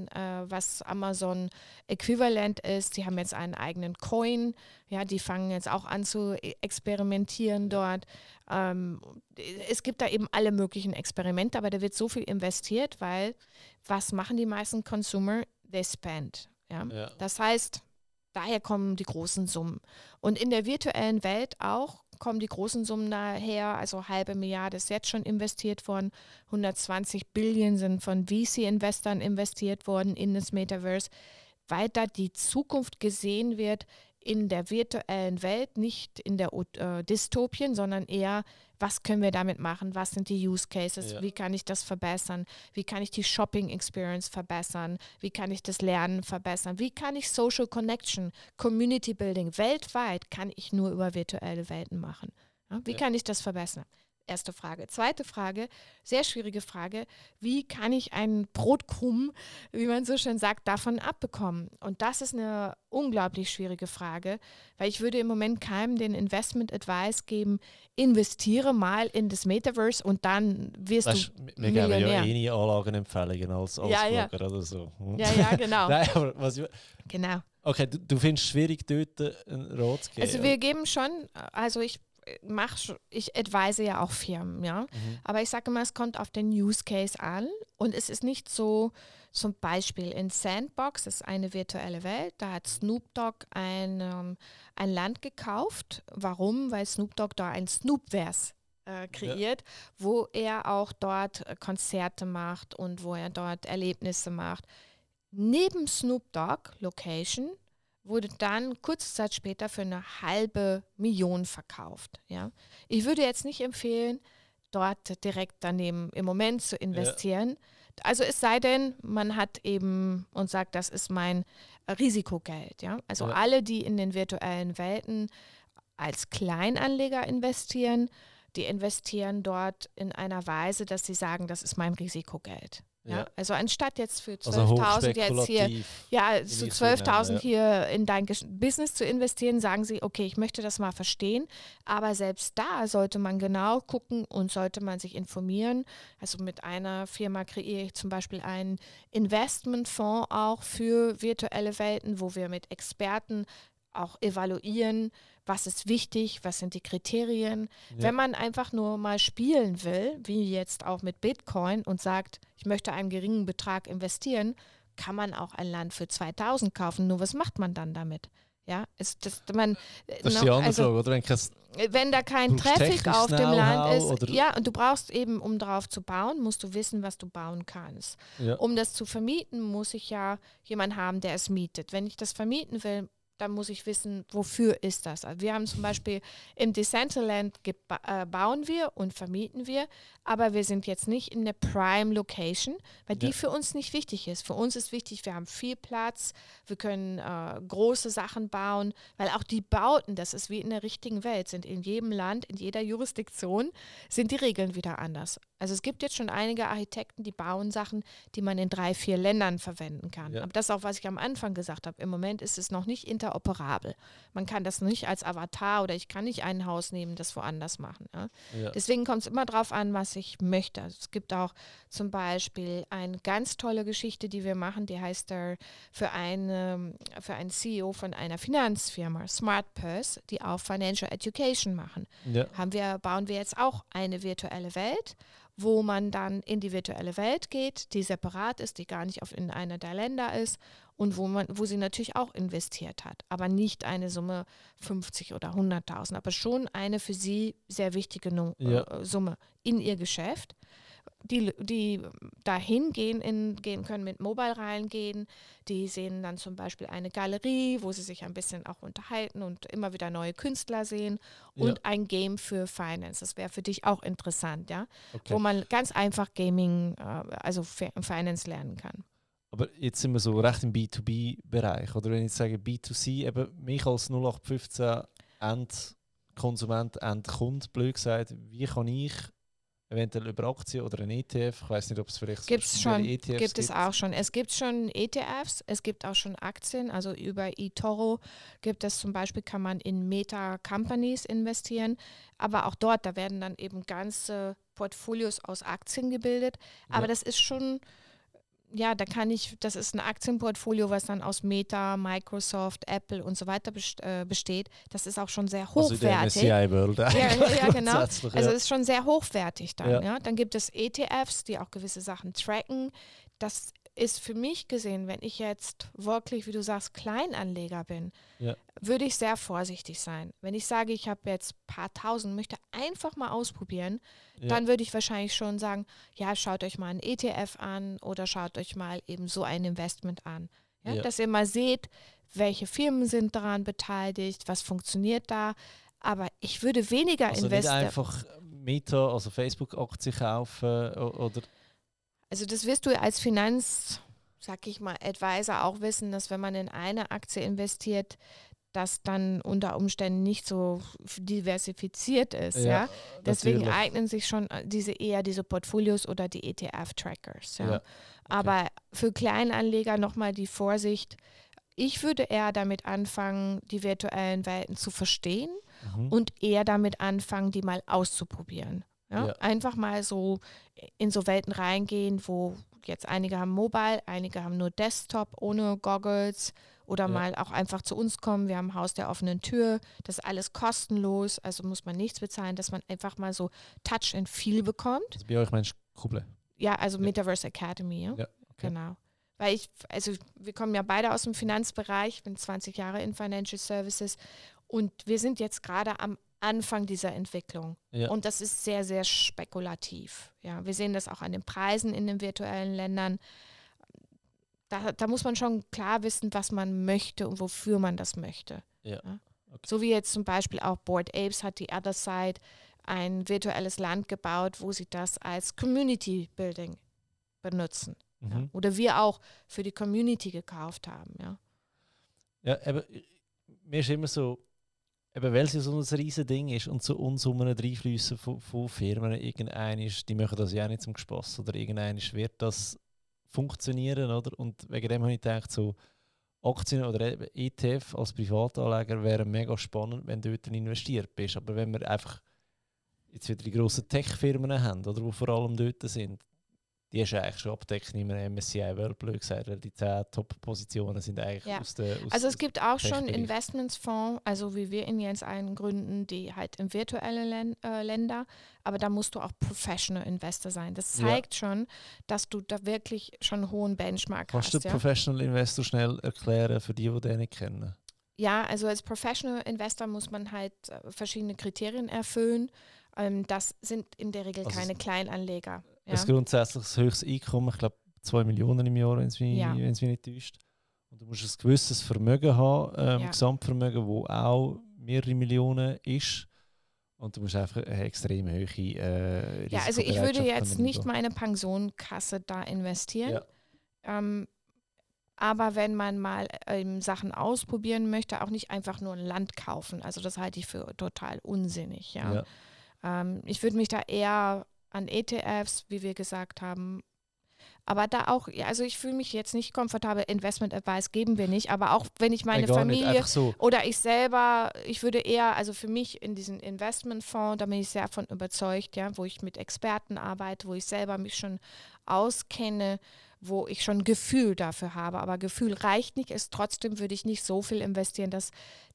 was Amazon äquivalent ist. Sie haben jetzt einen eigenen Coin. Ja, die fangen jetzt auch an zu experimentieren dort. Es gibt da eben alle möglichen Experimente, aber da wird so viel investiert, weil was machen die meisten Consumer? They spend. Ja? Das heißt, daher kommen die großen Summen. Und in der virtuellen Welt auch kommen die großen Summen daher. Also 500 Milliarden ist jetzt schon investiert worden. 120 Billionen sind von VC-Investoren investiert worden in das Metaverse, weil da die Zukunft gesehen wird in der virtuellen Welt, nicht in der Dystopien, sondern eher, was können wir damit machen, was sind die Use Cases, wie kann ich das verbessern, wie kann ich die Shopping Experience verbessern, wie kann ich das Lernen verbessern, wie kann ich Social Connection, Community Building weltweit kann ich nur über virtuelle Welten machen. Ja, wie kann ich das verbessern? Erste Frage. Zweite Frage, sehr schwierige Frage, wie kann ich einen Brotkrumm, wie man so schön sagt, davon abbekommen? Und das ist eine unglaublich schwierige Frage, weil ich würde im Moment keinem den Investment Advice geben, investiere mal in das Metaverse und dann wirst du Millionär. Wir geben ja nie Anlagenempfehlungen als Blogger oder so. Ja, genau. Nein, aber genau. Okay, du findest es schwierig, dort einen Rat zu geben? Also wir geben schon, also ich advise ja auch Firmen, ja. Aber ich sage immer, es kommt auf den Use Case an und es ist nicht so, zum Beispiel in Sandbox, das ist eine virtuelle Welt, da hat Snoop Dogg ein Land gekauft. Warum? Weil Snoop Dogg da ein Snoopverse kreiert, wo er auch dort Konzerte macht und wo er dort Erlebnisse macht. Neben Snoop Dogg Location wurde dann kurze Zeit später für 500.000 verkauft. Ja? Ich würde jetzt nicht empfehlen, dort direkt daneben im Moment zu investieren. Also es sei denn, man hat eben und sagt, das ist mein Risikogeld. Ja? Also alle, die in den virtuellen Welten als Kleinanleger investieren, die investieren dort in einer Weise, dass sie sagen, das ist mein Risikogeld. Ja? Also anstatt jetzt für 12.000 jetzt hier, so 12.000 hier in dein Business zu investieren, sagen sie, okay, ich möchte das mal verstehen, aber selbst da sollte man genau gucken und sollte man sich informieren. Also mit einer Firma kreiere ich zum Beispiel einen Investmentfonds auch für virtuelle Welten, wo wir mit Experten auch evaluieren, was ist wichtig, was sind die Kriterien. Ja. Wenn man einfach nur mal spielen will, wie jetzt auch mit Bitcoin und sagt, ich möchte einen geringen Betrag investieren, kann man auch ein Land für 2.000 kaufen. Nur was macht man dann damit? Ja, das ist die andere Frage, oder? Wenn da kein Traffic auf dem Land ist, und du brauchst eben, um darauf zu bauen, musst du wissen, was du bauen kannst. Ja. Um das zu vermieten, muss ich ja jemanden haben, der es mietet. Wenn ich das vermieten will, dann muss ich wissen, wofür ist das. Also wir haben zum Beispiel im Decentraland bauen wir und vermieten wir, aber wir sind jetzt nicht in der Prime Location, weil die für uns nicht wichtig ist. Für uns ist wichtig, wir haben viel Platz, wir können große Sachen bauen, weil auch die Bauten, das ist wie in der richtigen Welt, sind in jedem Land, in jeder Jurisdiktion, sind die Regeln wieder anders. Also es gibt jetzt schon einige Architekten, die bauen Sachen, die man in 3, 4 Ländern verwenden kann. Ja. Aber das ist auch, was ich am Anfang gesagt habe. Im Moment ist es noch nicht interoperabel. Man kann das nicht als Avatar oder ich kann nicht ein Haus nehmen, das woanders machen. Ja? Ja. Deswegen kommt es immer darauf an, was ich möchte. Also es gibt auch zum Beispiel eine ganz tolle Geschichte, die wir machen, die heißt für einen CEO von einer Finanzfirma, SmartPurse, die auch Financial Education machen. Ja. Bauen wir jetzt auch eine virtuelle Welt, wo man dann in die virtuelle Welt geht, die separat ist, die gar nicht in einer der Länder ist und wo sie natürlich auch investiert hat, aber nicht eine Summe 50 oder 100.000, aber schon eine für sie sehr wichtige Summe in ihr Geschäft. Die dahin gehen können, mit Mobile reingehen, die sehen dann zum Beispiel eine Galerie, wo sie sich ein bisschen auch unterhalten und immer wieder neue Künstler sehen und ein Game für Finance. Das wäre für dich auch interessant, ja, wo man ganz einfach Gaming, also Finance lernen kann. Aber jetzt sind wir so recht im B2B-Bereich, oder wenn ich jetzt sage B2C, eben mich als 0815 Endkonsument, Endkunde, blöd gesagt, wie kann ich eventuell über Aktien oder ein ETF, ich weiß nicht, ob es vielleicht ETFs gibt. Es auch schon. Es gibt schon ETFs, es gibt auch schon Aktien, also über eToro gibt es zum Beispiel, kann man in Meta-Companies investieren, aber auch dort, da werden dann eben ganze Portfolios aus Aktien gebildet, aber das ist schon... Ja, das ist ein Aktienportfolio, was dann aus Meta, Microsoft, Apple und so weiter besteht. Das ist auch schon sehr hochwertig. Also der MSCI World. Ja, genau. Also es ist schon sehr hochwertig dann. Ja. Dann gibt es ETFs, die auch gewisse Sachen tracken. Das ist für mich gesehen, wenn ich jetzt wirklich, wie du sagst, Kleinanleger bin, würde ich sehr vorsichtig sein. Wenn ich sage, ich habe jetzt ein paar tausend, möchte einfach mal ausprobieren, dann würde ich wahrscheinlich schon sagen, ja, schaut euch mal einen ETF an oder schaut euch mal eben so ein Investment an. Ja? Dass ihr mal seht, welche Firmen sind daran beteiligt, was funktioniert da. Aber ich würde weniger investieren. Also nicht einfach Meta, also Facebook-Aktien kaufen oder... Also das wirst du als Advisor auch wissen, dass wenn man in eine Aktie investiert, das dann unter Umständen nicht so diversifiziert ist. Ja? Deswegen eignen sich schon diese Portfolios oder die ETF-Trackers. Ja? Okay. Aber für Kleinanleger nochmal die Vorsicht, ich würde eher damit anfangen, die virtuellen Welten zu verstehen und eher damit anfangen, die mal auszuprobieren. Ja? Einfach mal so in so Welten reingehen, wo jetzt einige haben Mobile, einige haben nur Desktop ohne Goggles oder mal auch einfach zu uns kommen. Wir haben Haus der offenen Tür, das ist alles kostenlos, also muss man nichts bezahlen, dass man einfach mal so Touch and Feel bekommt. Also bei euch meinst du Kuble? Ja, also Metaverse Academy, ja? Okay. Genau. Weil wir kommen ja beide aus dem Finanzbereich, ich bin 20 Jahre in Financial Services und wir sind jetzt gerade am Anfang dieser Entwicklung. Ja. Und das ist sehr, sehr spekulativ. Ja, wir sehen das auch an den Preisen in den virtuellen Ländern. Da muss man schon klar wissen, was man möchte und wofür man das möchte. Ja. Ja? Okay. So wie jetzt zum Beispiel auch Bored Apes hat die Other Side ein virtuelles Land gebaut, wo sie das als Community Building benutzen. Ja? Oder wir auch für die Community gekauft haben. Ja, ja, eben, mir ist immer so, eben weil es ja so ein riesen Ding ist und zu uns reinfließen von Firmen, die machen das ja auch nicht zum Spass oder wird das funktionieren, oder? Und wegen dem habe ich gedacht, so Aktien oder eben ETF als Privatanleger wären mega spannend, wenn du dort investiert bist. Aber wenn wir einfach jetzt wieder die grossen Tech-Firmen haben, oder, die vor allem dort sind, die ist eigentlich schon abdeckt in einem MSCI World, blöd gesagt. Die 10 Top-Positionen sind eigentlich aus der also es gibt auch schon Investmentsfonds, also wie wir in jetzt einen gründen, die halt in virtuelle Länder, aber da musst du auch Professional Investor sein. Das zeigt schon, dass du da wirklich schon einen hohen Benchmark hast. Kannst du Professional Investor schnell erklären für die den nicht kennen? Ja, also als Professional Investor muss man halt verschiedene Kriterien erfüllen. Das sind in der Regel keine Kleinanleger. Ja. Das grundsätzlich das höchste Einkommen, ich glaube 2 Millionen im Jahr, wenn es mich nicht täuscht. Und du musst ein gewisses Vermögen haben, Gesamtvermögen, das auch mehrere Millionen ist. Und du musst einfach eine extrem hohe Ja, also ich würde jetzt nicht meine Pensionskasse da investieren. Ja. Aber wenn man mal Sachen ausprobieren möchte, auch nicht einfach nur ein Land kaufen. Also das halte ich für total unsinnig. Ja. Ich würde mich da eher an ETFs, wie wir gesagt haben. Aber da auch, also ich fühle mich jetzt nicht komfortabel, Investment Advice geben wir nicht, aber auch wenn ich meine Familie oder ich selber, ich würde eher, also für mich in diesen Investmentfonds, da bin ich sehr davon überzeugt, ja, wo ich mit Experten arbeite, wo ich selber mich schon auskenne, wo ich schon Gefühl dafür habe. Aber Gefühl reicht nicht, trotzdem würde ich nicht so viel investieren, dass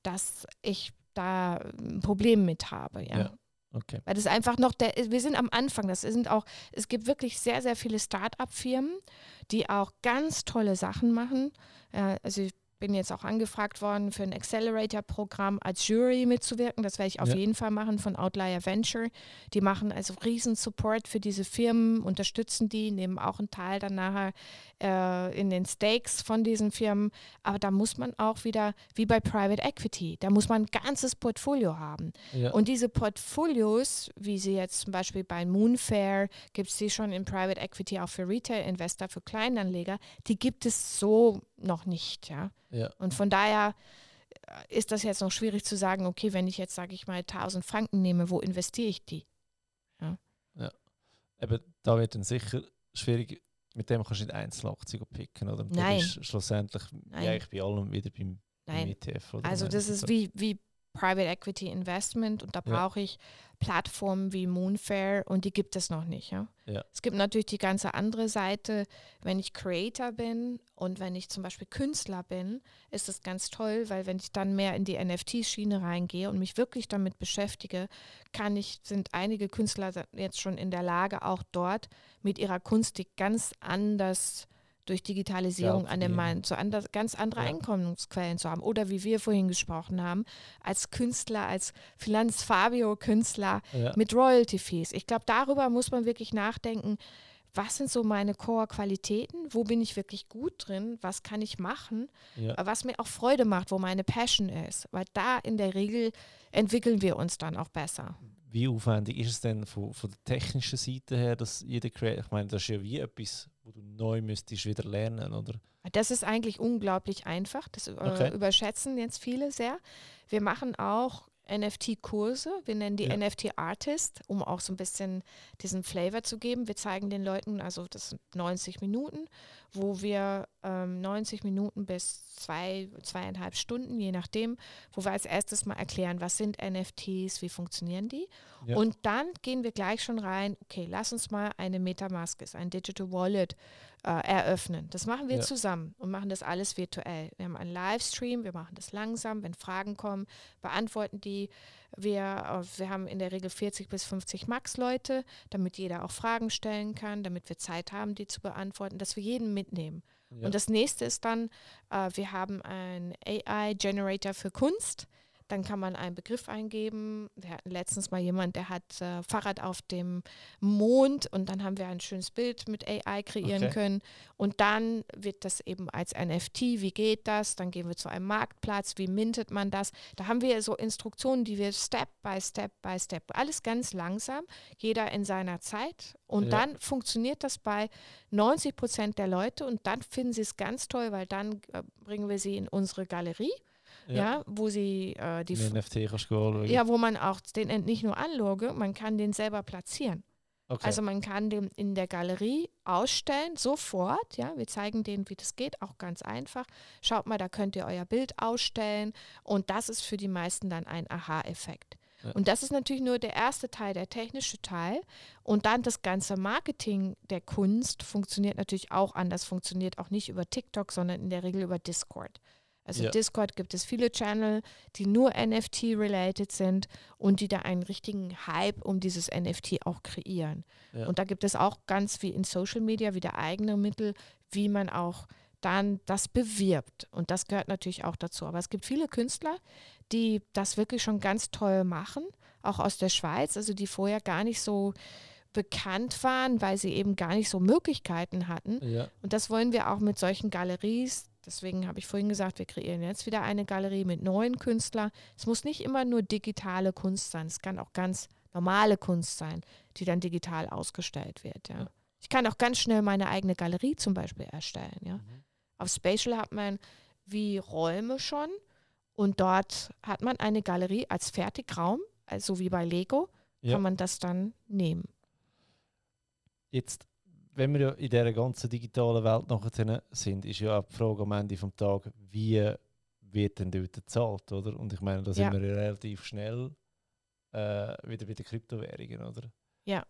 ich da ein Problem mit habe, ja. Okay. Weil das einfach noch, wir sind am Anfang, es gibt wirklich sehr, sehr viele Start-up-Firmen, die auch ganz tolle Sachen machen. Also ich bin jetzt auch angefragt worden, für ein Accelerator-Programm als Jury mitzuwirken. Das werde ich auf jeden Fall machen von Outlier Venture. Die machen also riesen Support für diese Firmen, unterstützen die, nehmen auch einen Teil dann nachher in den Stakes von diesen Firmen. Aber da muss man auch wieder, wie bei Private Equity, da muss man ein ganzes Portfolio haben. Ja. Und diese Portfolios, wie sie jetzt zum Beispiel bei Moonfair, gibt es die schon in Private Equity auch für Retail-Investor, für Kleinanleger, die gibt es so noch nicht, ja. Und von daher ist das jetzt noch schwierig zu sagen, okay, wenn ich jetzt, sage ich mal, 1.000 Franken nehme, wo investiere ich die? Ja. Aber da wird dann sicher schwierig, mit dem kannst du nicht Einzelaktien picken, oder? Nein. Das ist schlussendlich eigentlich bei allem wieder beim ETF. Oder also das ist wie Private Equity Investment und da brauche ich Plattformen wie Moonfair und die gibt es noch nicht. Ja? Es gibt natürlich die ganze andere Seite, wenn ich Creator bin und wenn ich zum Beispiel Künstler bin, ist das ganz toll, weil wenn ich dann mehr in die NFT-Schiene reingehe und mich wirklich damit beschäftige, sind einige Künstler jetzt schon in der Lage, auch dort mit ihrer Kunst die ganz anders durch Digitalisierung an dem Mann ganz andere Einkommensquellen zu haben. Oder wie wir vorhin gesprochen haben, als Künstler, als Finanz-Fabio-Künstler mit Royalty-Fees. Ich glaube, darüber muss man wirklich nachdenken, was sind so meine Core-Qualitäten, wo bin ich wirklich gut drin, was kann ich machen, was mir auch Freude macht, wo meine Passion ist. Weil da in der Regel entwickeln wir uns dann auch besser. Wie aufwendig ist es denn von der technischen Seite her, dass jeder Creator, ich meine, das ist ja wie etwas, wo du neu müsstest wieder lernen, oder? Das ist eigentlich unglaublich einfach, das überschätzen jetzt viele sehr. Wir machen auch NFT-Kurse, wir nennen die NFT-Artist, um auch so ein bisschen diesen Flavor zu geben. Wir zeigen den Leuten, also das sind 90 Minuten, wo wir 90 Minuten bis 2,5 Stunden, je nachdem, wo wir als erstes mal erklären, was sind NFTs, wie funktionieren die. Ja. Und dann gehen wir gleich schon rein, okay, lass uns mal eine Metamask, ein Digital Wallet eröffnen. Das machen wir zusammen und machen das alles virtuell. Wir haben einen Livestream, wir machen das langsam, wenn Fragen kommen, beantworten die. Wir haben in der Regel 40 bis 50 Max-Leute, damit jeder auch Fragen stellen kann, damit wir Zeit haben, die zu beantworten, dass wir jeden mitnehmen. Ja. Und das nächste ist dann, wir haben einen AI-Generator für Kunst. Dann kann man einen Begriff eingeben. Wir hatten letztens mal jemand, der hat Fahrrad auf dem Mond und dann haben wir ein schönes Bild mit AI kreieren können. Und dann wird das eben als NFT, wie geht das? Dann gehen wir zu einem Marktplatz, wie mintet man das? Da haben wir so Instruktionen, die wir Step by Step, alles ganz langsam, jeder in seiner Zeit. Und dann funktioniert das bei 90% der Leute und dann finden sie es ganz toll, weil dann bringen wir sie in unsere Galerie. Ja, wo sie die NFT kannst du anschauen. Ja, wo man auch den nicht nur anschauen, man kann den selber platzieren. Okay. Also man kann den in der Galerie ausstellen, sofort. Ja, wir zeigen denen, wie das geht, auch ganz einfach. Schaut mal, da könnt ihr euer Bild ausstellen und das ist für die meisten dann ein Aha-Effekt. Ja. Und das ist natürlich nur der erste Teil, der technische Teil. Und dann das ganze Marketing der Kunst funktioniert natürlich auch anders, funktioniert auch nicht über TikTok, sondern in der Regel über Discord. Also Discord gibt es viele Channel, die nur NFT-related sind und die da einen richtigen Hype um dieses NFT auch kreieren. Ja. Und da gibt es auch ganz wie in Social Media wieder eigene Mittel, wie man auch dann das bewirbt. Und das gehört natürlich auch dazu. Aber es gibt viele Künstler, die das wirklich schon ganz toll machen, auch aus der Schweiz, also die vorher gar nicht so bekannt waren, weil sie eben gar nicht so Möglichkeiten hatten. Ja. Und das wollen wir auch mit solchen Galeries. Deswegen habe ich vorhin gesagt, wir kreieren jetzt wieder eine Galerie mit neuen Künstlern. Es muss nicht immer nur digitale Kunst sein, es kann auch ganz normale Kunst sein, die dann digital ausgestellt wird. Ja. Ich kann auch ganz schnell meine eigene Galerie zum Beispiel erstellen. Ja. Auf Spatial hat man wie Räume schon und dort hat man eine Galerie als Fertigraum, also wie bei Lego, kann man das dann nehmen. Jetzt, wenn wir ja in dieser ganzen digitalen Welt nachher sind, ist ja auch die Frage am Ende des Tages, wie wird denn dort gezahlt, oder? Und ich meine, da sind wir ja relativ schnell wieder bei den Kryptowährungen, oder? Ja.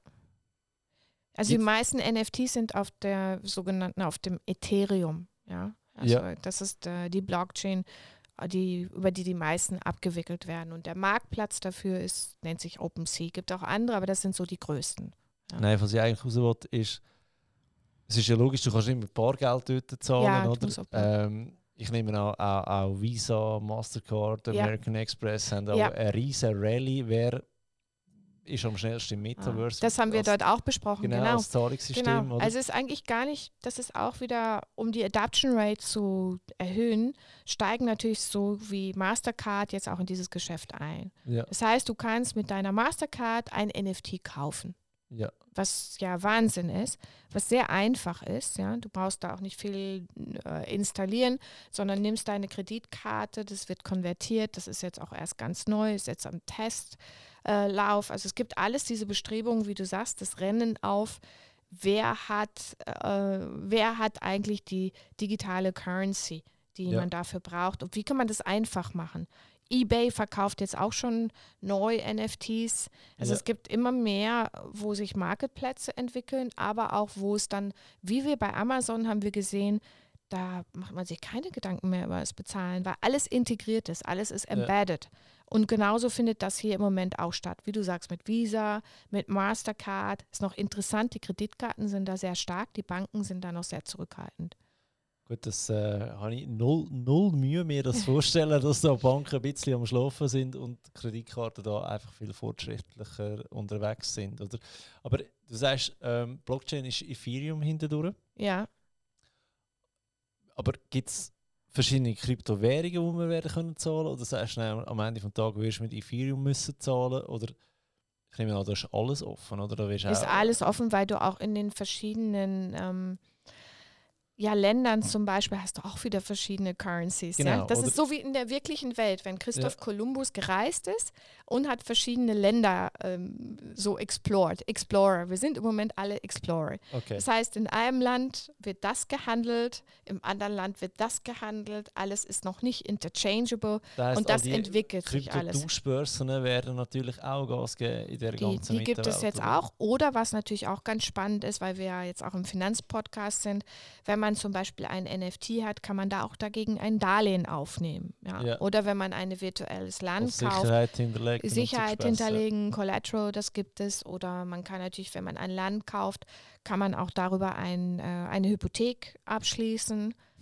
Also die meisten NFTs sind auf der sogenannten, auf dem Ethereum, ja. Also das ist die Blockchain, über die meisten abgewickelt werden. Und der Marktplatz dafür nennt sich OpenSea. Gibt auch andere, aber das sind so die größten. Ja. Nein, was ich eigentlich raus will, ist, es ist ja logisch, du kannst immer Bargeld dort zahlen, oder? Ich nehme an, auch Visa, Mastercard, American Express haben auch eine riesen Rallye. Wer ist am schnellsten im Metaverse? Das haben wir dort auch besprochen, genau. Als Zahlungssystem. Genau. Also es ist eigentlich gar nicht, das ist auch wieder, um die Adoption Rate zu erhöhen, steigen natürlich so wie Mastercard jetzt auch in dieses Geschäft ein. Ja. Das heißt, du kannst mit deiner Mastercard ein NFT kaufen. Ja. Was ja Wahnsinn ist, was sehr einfach ist. Ja? Du brauchst da auch nicht viel installieren, sondern nimmst deine Kreditkarte, das wird konvertiert, das ist jetzt auch erst ganz neu, ist jetzt am Testlauf. Also es gibt alles diese Bestrebungen, wie du sagst, das Rennen auf, wer hat eigentlich die digitale Currency, die man dafür braucht und wie kann man das einfach machen. eBay verkauft jetzt auch schon neu NFTs. Also es gibt immer mehr, wo sich Marktplätze entwickeln, aber auch wo es dann, wie wir bei Amazon haben wir gesehen, da macht man sich keine Gedanken mehr über das Bezahlen, weil alles integriert ist, alles ist embedded. Und genauso findet das hier im Moment auch statt. Wie du sagst, mit Visa, mit Mastercard. Ist noch interessant, die Kreditkarten sind da sehr stark, die Banken sind da noch sehr zurückhaltend. Gut, das habe ich null Mühe, mir das vorstellen, dass da Banken ein bisschen am Schlafen sind und Kreditkarten da einfach viel fortschrittlicher unterwegs sind, oder? Aber du sagst, Blockchain ist Ethereum hintendurch. Ja. Aber gibt es verschiedene Kryptowährungen, die wir werden können zahlen? Oder sagst du, am Ende des Tages wirst du mit Ethereum müssen zahlen? Oder ich nehme an, da ist alles offen, oder? Da ist alles offen, weil du auch in den verschiedenen Ländern zum Beispiel hast du auch wieder verschiedene Currencies. Genau, ja? Das ist so wie in der wirklichen Welt, wenn Christoph Kolumbus gereist ist und hat verschiedene Länder so Explorer. Wir sind im Moment alle Explorer. Okay. Das heißt, in einem Land wird das gehandelt, im anderen Land wird das gehandelt, alles ist noch nicht interchangeable und das entwickelt sich alles. Krypto-Tauschbörsen werden natürlich auch Gas geben in der ganzen Die gibt es jetzt auch. Oder was natürlich auch ganz spannend ist, weil wir ja jetzt auch im Finanzpodcast sind, wenn man zum Beispiel ein NFT hat, kann man da auch dagegen ein Darlehen aufnehmen. Ja? Oder wenn man ein virtuelles Land kauft, Sicherheit hinterlegen, Collateral, das gibt es. Oder man kann natürlich, wenn man ein Land kauft, kann man auch darüber eine Hypothek abschließen.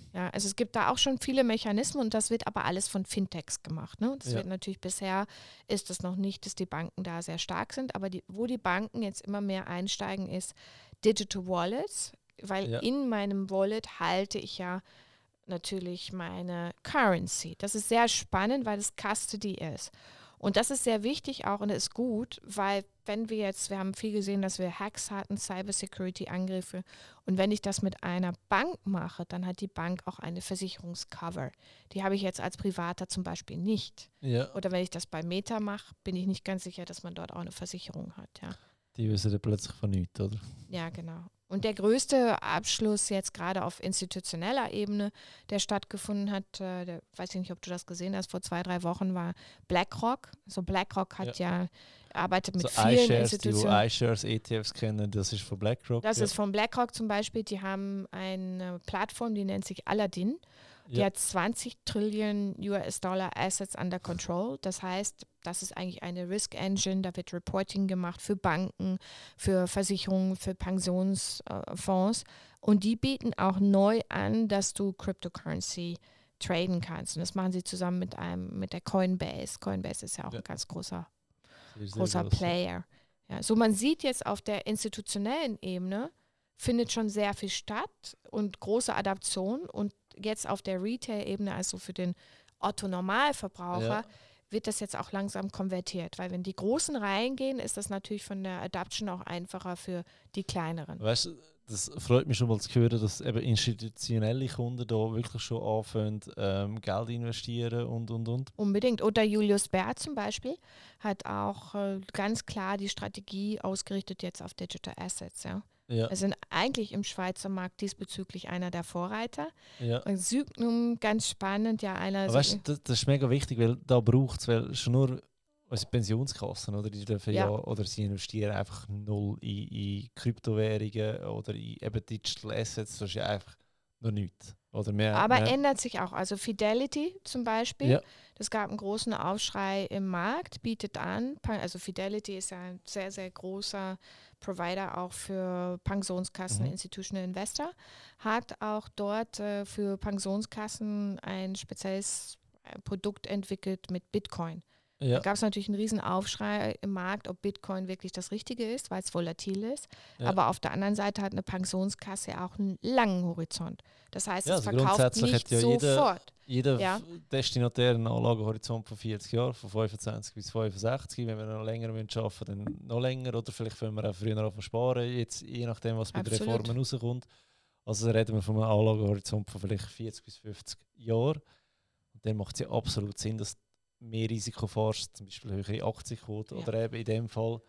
Ja, also es gibt da auch schon viele Mechanismen und das wird aber alles von Fintechs gemacht. Ne? Das wird natürlich bisher, ist es noch nicht, dass die Banken da sehr stark sind, aber wo die Banken jetzt immer mehr einsteigen, ist Digital Wallets, weil in meinem Wallet halte ich ja natürlich meine Currency. Das ist sehr spannend, weil es Custody ist. Und das ist sehr wichtig auch und es ist gut, weil wir haben viel gesehen, dass wir Hacks hatten, Cybersecurity-Angriffe. Und wenn ich das mit einer Bank mache, dann hat die Bank auch eine Versicherungscover. Die habe ich jetzt als Privater zum Beispiel nicht. Ja. Oder wenn ich das bei Meta mache, bin ich nicht ganz sicher, dass man dort auch eine Versicherung hat. Ja. Die wissen dann plötzlich von nichts, oder? Ja, genau. Und der größte Abschluss jetzt gerade auf institutioneller Ebene, der stattgefunden hat, weiß ich nicht, ob du das gesehen hast, vor 2-3 Wochen war BlackRock. Also BlackRock hat arbeitet mit vielen Institutionen. Die iShares ETFs kennen, das ist von BlackRock. Das ist von BlackRock zum Beispiel. Die haben eine Plattform, die nennt sich Aladdin. Die hat 20 Trillion US-Dollar Assets under control. Das heißt, das ist eigentlich eine Risk Engine. Da wird Reporting gemacht für Banken, für Versicherungen, für Pensionsfonds. Und die bieten auch neu an, dass du Cryptocurrency traden kannst. Und das machen sie zusammen mit der Coinbase. Coinbase ist ja auch ein ganz großer Player. Ja, so man sieht jetzt auf der institutionellen Ebene, findet schon sehr viel statt und große Adaption. Und jetzt auf der Retail-Ebene, also für den Otto-Normalverbraucher, wird das jetzt auch langsam konvertiert. Weil wenn die Großen reingehen, ist das natürlich von der Adaption auch einfacher für die Kleineren. Weißt du, das freut mich schon mal zu hören, dass eben institutionelle Kunden da wirklich schon anfangen, Geld investieren und. Unbedingt. Oder Julius Baer zum Beispiel hat auch ganz klar die Strategie ausgerichtet jetzt auf Digital Assets, ja. Wir sind eigentlich im Schweizer Markt diesbezüglich einer der Vorreiter. Und Sygnum, ganz spannend, weißt du, das ist mega wichtig, weil da braucht es, weil schon nur unsere Pensionskassen, oder, die dürfen oder sie investieren einfach null in Kryptowährungen oder in eben Digital Assets, das ist ja einfach noch nichts. Oder mehr, aber ändert sich auch. Also Fidelity zum Beispiel, das gab einen großen Aufschrei im Markt, bietet an, also Fidelity ist ja ein sehr, sehr großer Provider auch für Pensionskassen, Institutional Investor, hat auch dort für Pensionskassen ein spezielles Produkt entwickelt mit Bitcoin. Da gab es natürlich einen riesen Aufschrei im Markt, ob Bitcoin wirklich das Richtige ist, weil es volatil ist. Aber auf der anderen Seite hat eine Pensionskasse auch einen langen Horizont. Das heißt, es also verkauft nicht sofort. Jeder Destinatär einen Anlagehorizont von 40 Jahren, von 25 bis 65. Wenn wir noch länger arbeiten wollen, dann noch länger. Oder vielleicht wollen wir auch früher noch sparen, jetzt, je nachdem, was bei den Reformen rauskommt. Also reden wir von einem Anlagehorizont von vielleicht 40 bis 50 Jahren. Und dann macht es ja absolut Sinn, dass mehr Risiko fährst, zum Beispiel höhere Aktienquote oder eben in dem Fall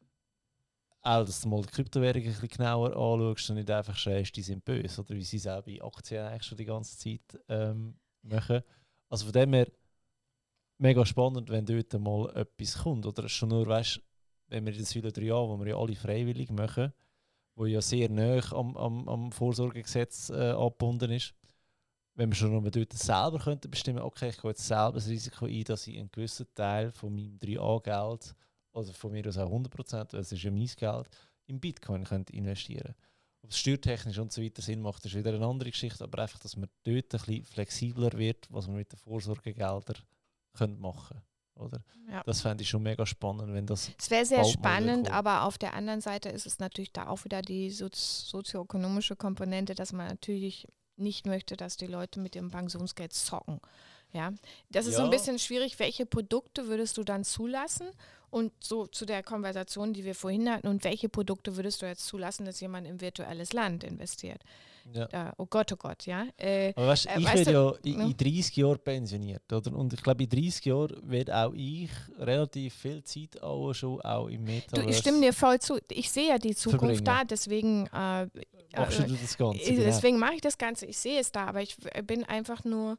auch, dass du mal die Kryptowährungen ein bisschen genauer anschaust und nicht einfach schreist, die sind böse, oder wie sie es auch bei Aktien eigentlich schon die ganze Zeit machen. Also von dem her mega spannend, wenn dort mal etwas kommt. Oder schon nur, weißt, wenn wir in den Säule 3a, wo wir ja alle freiwillig machen, wo ja sehr nah am Vorsorgegesetz angebunden ist, wenn wir schon noch dort selber könnten bestimmen, okay, ich gehe jetzt selber das Risiko ein, dass ich einen gewissen Teil von meinem 3A-Geld, oder von mir aus auch 100%, weil es ist ja mein Geld, in Bitcoin könnte investieren. Ob es steuertechnisch und so weiter Sinn macht, ist wieder eine andere Geschichte, aber einfach, dass man dort ein bisschen flexibler wird, was man mit den Vorsorgegeldern machen könnte. Oder? Ja. Das fände ich schon mega spannend, wenn das. Es wäre sehr spannend, aber auf der anderen Seite ist es natürlich da auch wieder die sozioökonomische Komponente, dass man natürlich nicht möchte, dass die Leute mit ihrem Pensionsgeld zocken. Ja, das ist so ein bisschen schwierig. Welche Produkte würdest du dann zulassen? Und so zu der Konversation, die wir vorhin hatten, und welche Produkte würdest du jetzt zulassen, dass jemand in virtuelles Land investiert? Ja. Oh Gott, ja. Aber weißt, ich werde ja in 30 Jahren pensioniert, oder? Und ich glaube, in 30 Jahren werde auch ich relativ viel Zeit auch schon auch im Metaverse. Ich stimme dir voll zu. Ich sehe ja die Zukunft da, deswegen machst du das Ganze. Deswegen mache ich das Ganze. Ich sehe es da, aber ich bin einfach nur,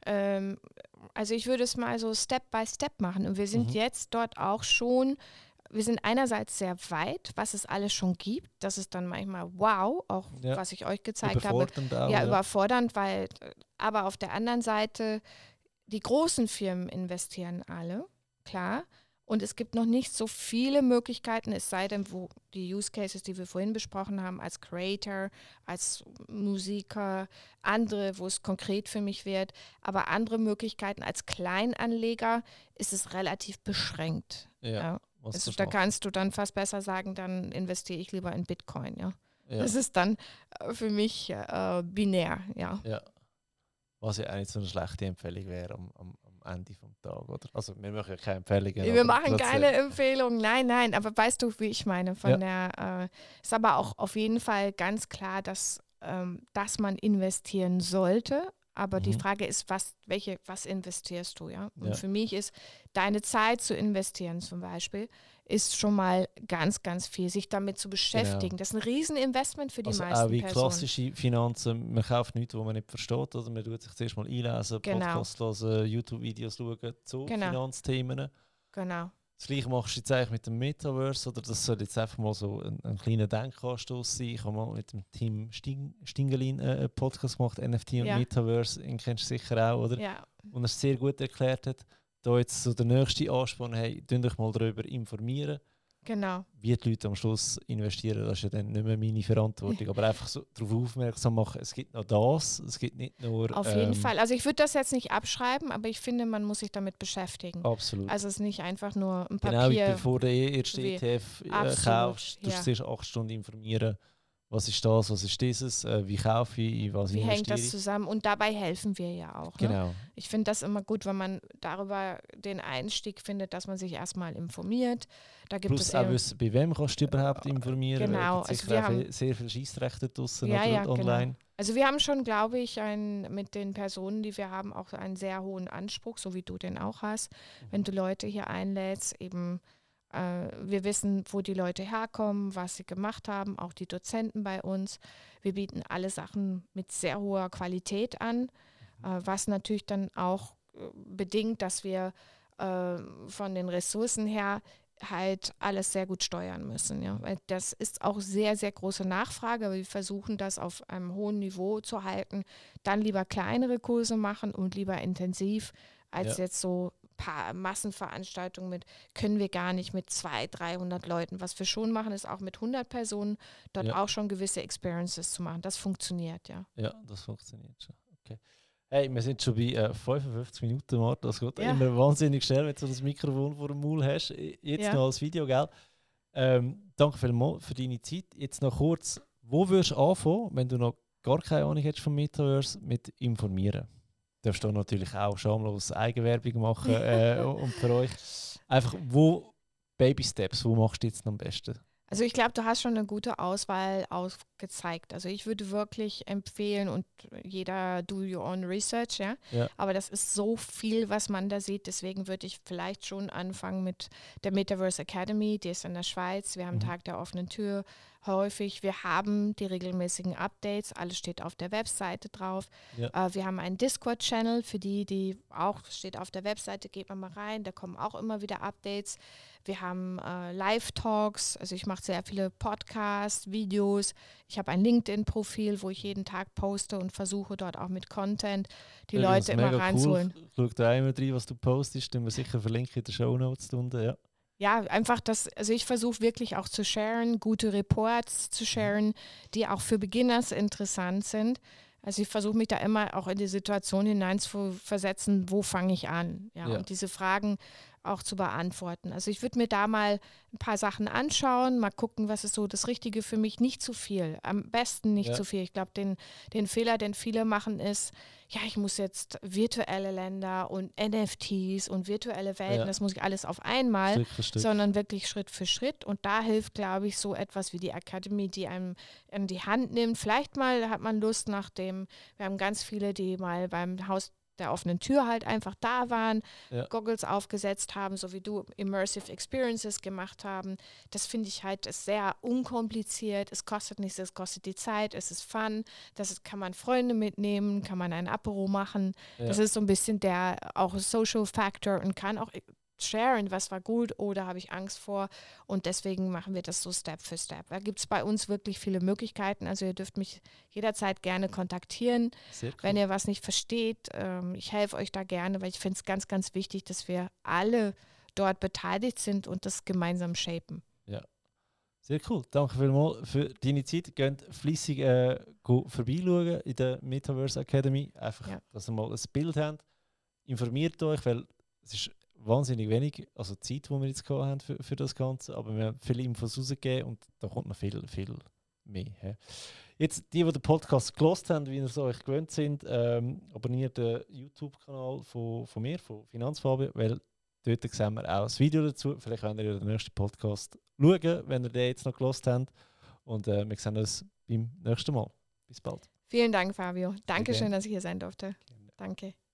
also ich würde es mal so Step by Step machen. Und wir sind jetzt dort auch schon. Wir sind einerseits sehr weit, was es alles schon gibt. Das ist dann manchmal wow, auch was ich euch gezeigt habe. Überfordernd, weil, aber auf der anderen Seite, die großen Firmen investieren alle, klar. Und es gibt noch nicht so viele Möglichkeiten, es sei denn, wo die Use Cases, die wir vorhin besprochen haben, als Creator, als Musiker, andere, wo es konkret für mich wird, aber andere Möglichkeiten als Kleinanleger ist es relativ beschränkt. Ja. Also da kannst du dann fast besser sagen, dann investiere ich lieber in Bitcoin. Ja. Das ist dann für mich binär. Ja. Was ja auch nicht so eine schlechte Empfehlung wäre am Ende vom Tag, oder? Also wir machen ja keine Empfehlungen. Wir machen keine Empfehlungen, nein, aber weißt du, wie ich meine? Ist aber auch auf jeden Fall ganz klar, dass man investieren sollte. Aber die Frage ist, was investierst du, ja? Und für mich ist deine Zeit zu investieren zum Beispiel, ist schon mal ganz, ganz viel, sich damit zu beschäftigen. Genau. Das ist ein Rieseninvestment für die meisten Personen. Auch wie klassische Finanzen, man kauft nichts, was man nicht versteht, oder man tut sich zuerst mal einlesen, Podcasts hören, YouTube-Videos schauen zu Finanzthemen. Genau. Das Gleiche machst du jetzt eigentlich mit dem Metaverse, oder das soll jetzt einfach mal so ein kleiner Denkanstoß sein. Ich habe mal mit dem Tim Stingelin einen Podcast gemacht, NFT und Metaverse, den kennst du sicher auch, oder? Ja. Und er es sehr gut erklärt hat. Da jetzt so der nächste Ansporn, hey, tun euch mal darüber informieren. Genau. Wie die Leute am Schluss investieren, das ist ja dann nicht mehr meine Verantwortung. Aber einfach so darauf aufmerksam machen, es gibt noch das, es gibt nicht nur... Auf jeden Fall. Also ich würde das jetzt nicht abschreiben, aber ich finde, man muss sich damit beschäftigen. Absolut. Also es ist nicht einfach nur ein Papier... Genau, bevor du erst ETF kaufst, du musst du 8 Stunden informieren. Was ist das, was ist dieses, wie kaufe ich, was investiere ich. Wie hängt das zusammen? Und dabei helfen wir ja auch. Genau. Ne? Ich finde das immer gut, wenn man darüber den Einstieg findet, dass man sich erstmal informiert. Da gibt Plus es auch wissen, bei wem kannst du überhaupt informieren. Genau. Also wir haben sehr viele Scheissrechte draussen online. Genau. Also wir haben schon, glaube ich, mit den Personen, die wir haben, auch einen sehr hohen Anspruch, so wie du den auch hast. Wenn du Leute hier einlädst, eben wir wissen, wo die Leute herkommen, was sie gemacht haben, auch die Dozenten bei uns. Wir bieten alle Sachen mit sehr hoher Qualität an, was natürlich dann auch bedingt, dass wir von den Ressourcen her halt alles sehr gut steuern müssen. Ja? Weil das ist auch sehr, sehr große Nachfrage, aber wir versuchen das auf einem hohen Niveau zu halten. Dann lieber kleinere Kurse machen und lieber intensiv, als jetzt so paar Massenveranstaltungen können wir gar nicht mit 200, 300 Leuten. Was wir schon machen, ist auch mit 100 Personen dort auch schon gewisse Experiences zu machen. Das funktioniert, ja. Ja, das funktioniert schon. Okay. Hey, wir sind schon bei 55 Minuten, Martha. Das geht immer wahnsinnig schnell, wenn du das Mikrofon vor dem Maul hast. Jetzt noch als Video, gell? Danke vielmals für deine Zeit. Jetzt noch kurz, wo würdest du anfangen, wenn du noch gar keine Ahnung hättest vom Metaverse, mit informieren? Du darfst da natürlich auch schamlos Eigenwerbung machen und für euch. Einfach, Baby Steps, wo machst du jetzt am besten? Also ich glaube, du hast schon eine gute Auswahl aufgezeigt. Also ich würde wirklich empfehlen und jeder do your own research, ja. Aber das ist so viel, was man da sieht. Deswegen würde ich vielleicht schon anfangen mit der Metaverse Academy. Die ist in der Schweiz. Wir haben Tag der offenen Tür häufig. Wir haben die regelmäßigen Updates. Alles steht auf der Webseite drauf. Wir haben einen Discord-Channel für die auch steht auf der Webseite. Geht man mal rein. Da kommen auch immer wieder Updates. Wir haben Live-Talks, also ich mache sehr viele Podcasts, Videos. Ich habe ein LinkedIn-Profil, wo ich jeden Tag poste und versuche dort auch mit Content die Leute immer reinzuholen. Cool. Schau da immer rein, was du postest, dann wir sicher verlinken in den Shownotes. Ja, einfach also ich versuche wirklich auch zu sharen, gute Reports zu sharen, die auch für Beginners interessant sind. Also ich versuche mich da immer auch in die Situation hinein zu versetzen, wo fange ich an? Und diese Fragen auch zu beantworten. Also ich würde mir da mal ein paar Sachen anschauen, mal gucken, was ist so das Richtige für mich. Nicht zu viel, am besten nicht zu viel. Ich glaube, den Fehler, den viele machen, ist, ich muss jetzt virtuelle Länder und NFTs und virtuelle Welten, das muss ich alles auf einmal, Stück für Stück. Sondern wirklich Schritt für Schritt. Und da hilft, glaube ich, so etwas wie die Academy, die einem in die Hand nimmt. Vielleicht mal hat man Lust wir haben ganz viele, die mal beim Haus der offenen Tür halt einfach da waren, Goggles aufgesetzt haben, so wie du Immersive Experiences gemacht haben. Das finde ich halt ist sehr unkompliziert. Es kostet nichts, es kostet die Zeit, es ist Fun. Kann man Freunde mitnehmen, kann man ein Apero machen. Das ist so ein bisschen der auch Social Factor und kann auch sharen, was war gut oder habe ich Angst vor, und deswegen machen wir das so Step für Step. Da gibt es bei uns wirklich viele Möglichkeiten, also ihr dürft mich jederzeit gerne kontaktieren, wenn ihr was nicht versteht. Ich helfe euch da gerne, weil ich finde es ganz, ganz wichtig, dass wir alle dort beteiligt sind und das gemeinsam shapen. Ja, sehr cool. Danke vielmals für deine Zeit. Geht fleissig vorbeischauen in der Metaverse Academy. Einfach, dass ihr mal ein Bild habt. Informiert euch, weil es ist wahnsinnig wenig, also Zeit, die wir jetzt gehabt haben für das Ganze, aber wir haben viele Infos rausgegeben und da kommt noch viel mehr. He. Jetzt, die den Podcast gelost haben, wie ihr es euch gewöhnt sind, abonniert den YouTube-Kanal von mir, von Finanzfabio, weil dort sehen wir auch das Video dazu. Vielleicht könnt ihr den nächsten Podcast schauen, wenn ihr den jetzt noch gelost habt. Und wir sehen uns beim nächsten Mal. Bis bald. Vielen Dank, Fabio. Dankeschön, dass ich hier sein durfte. Danke.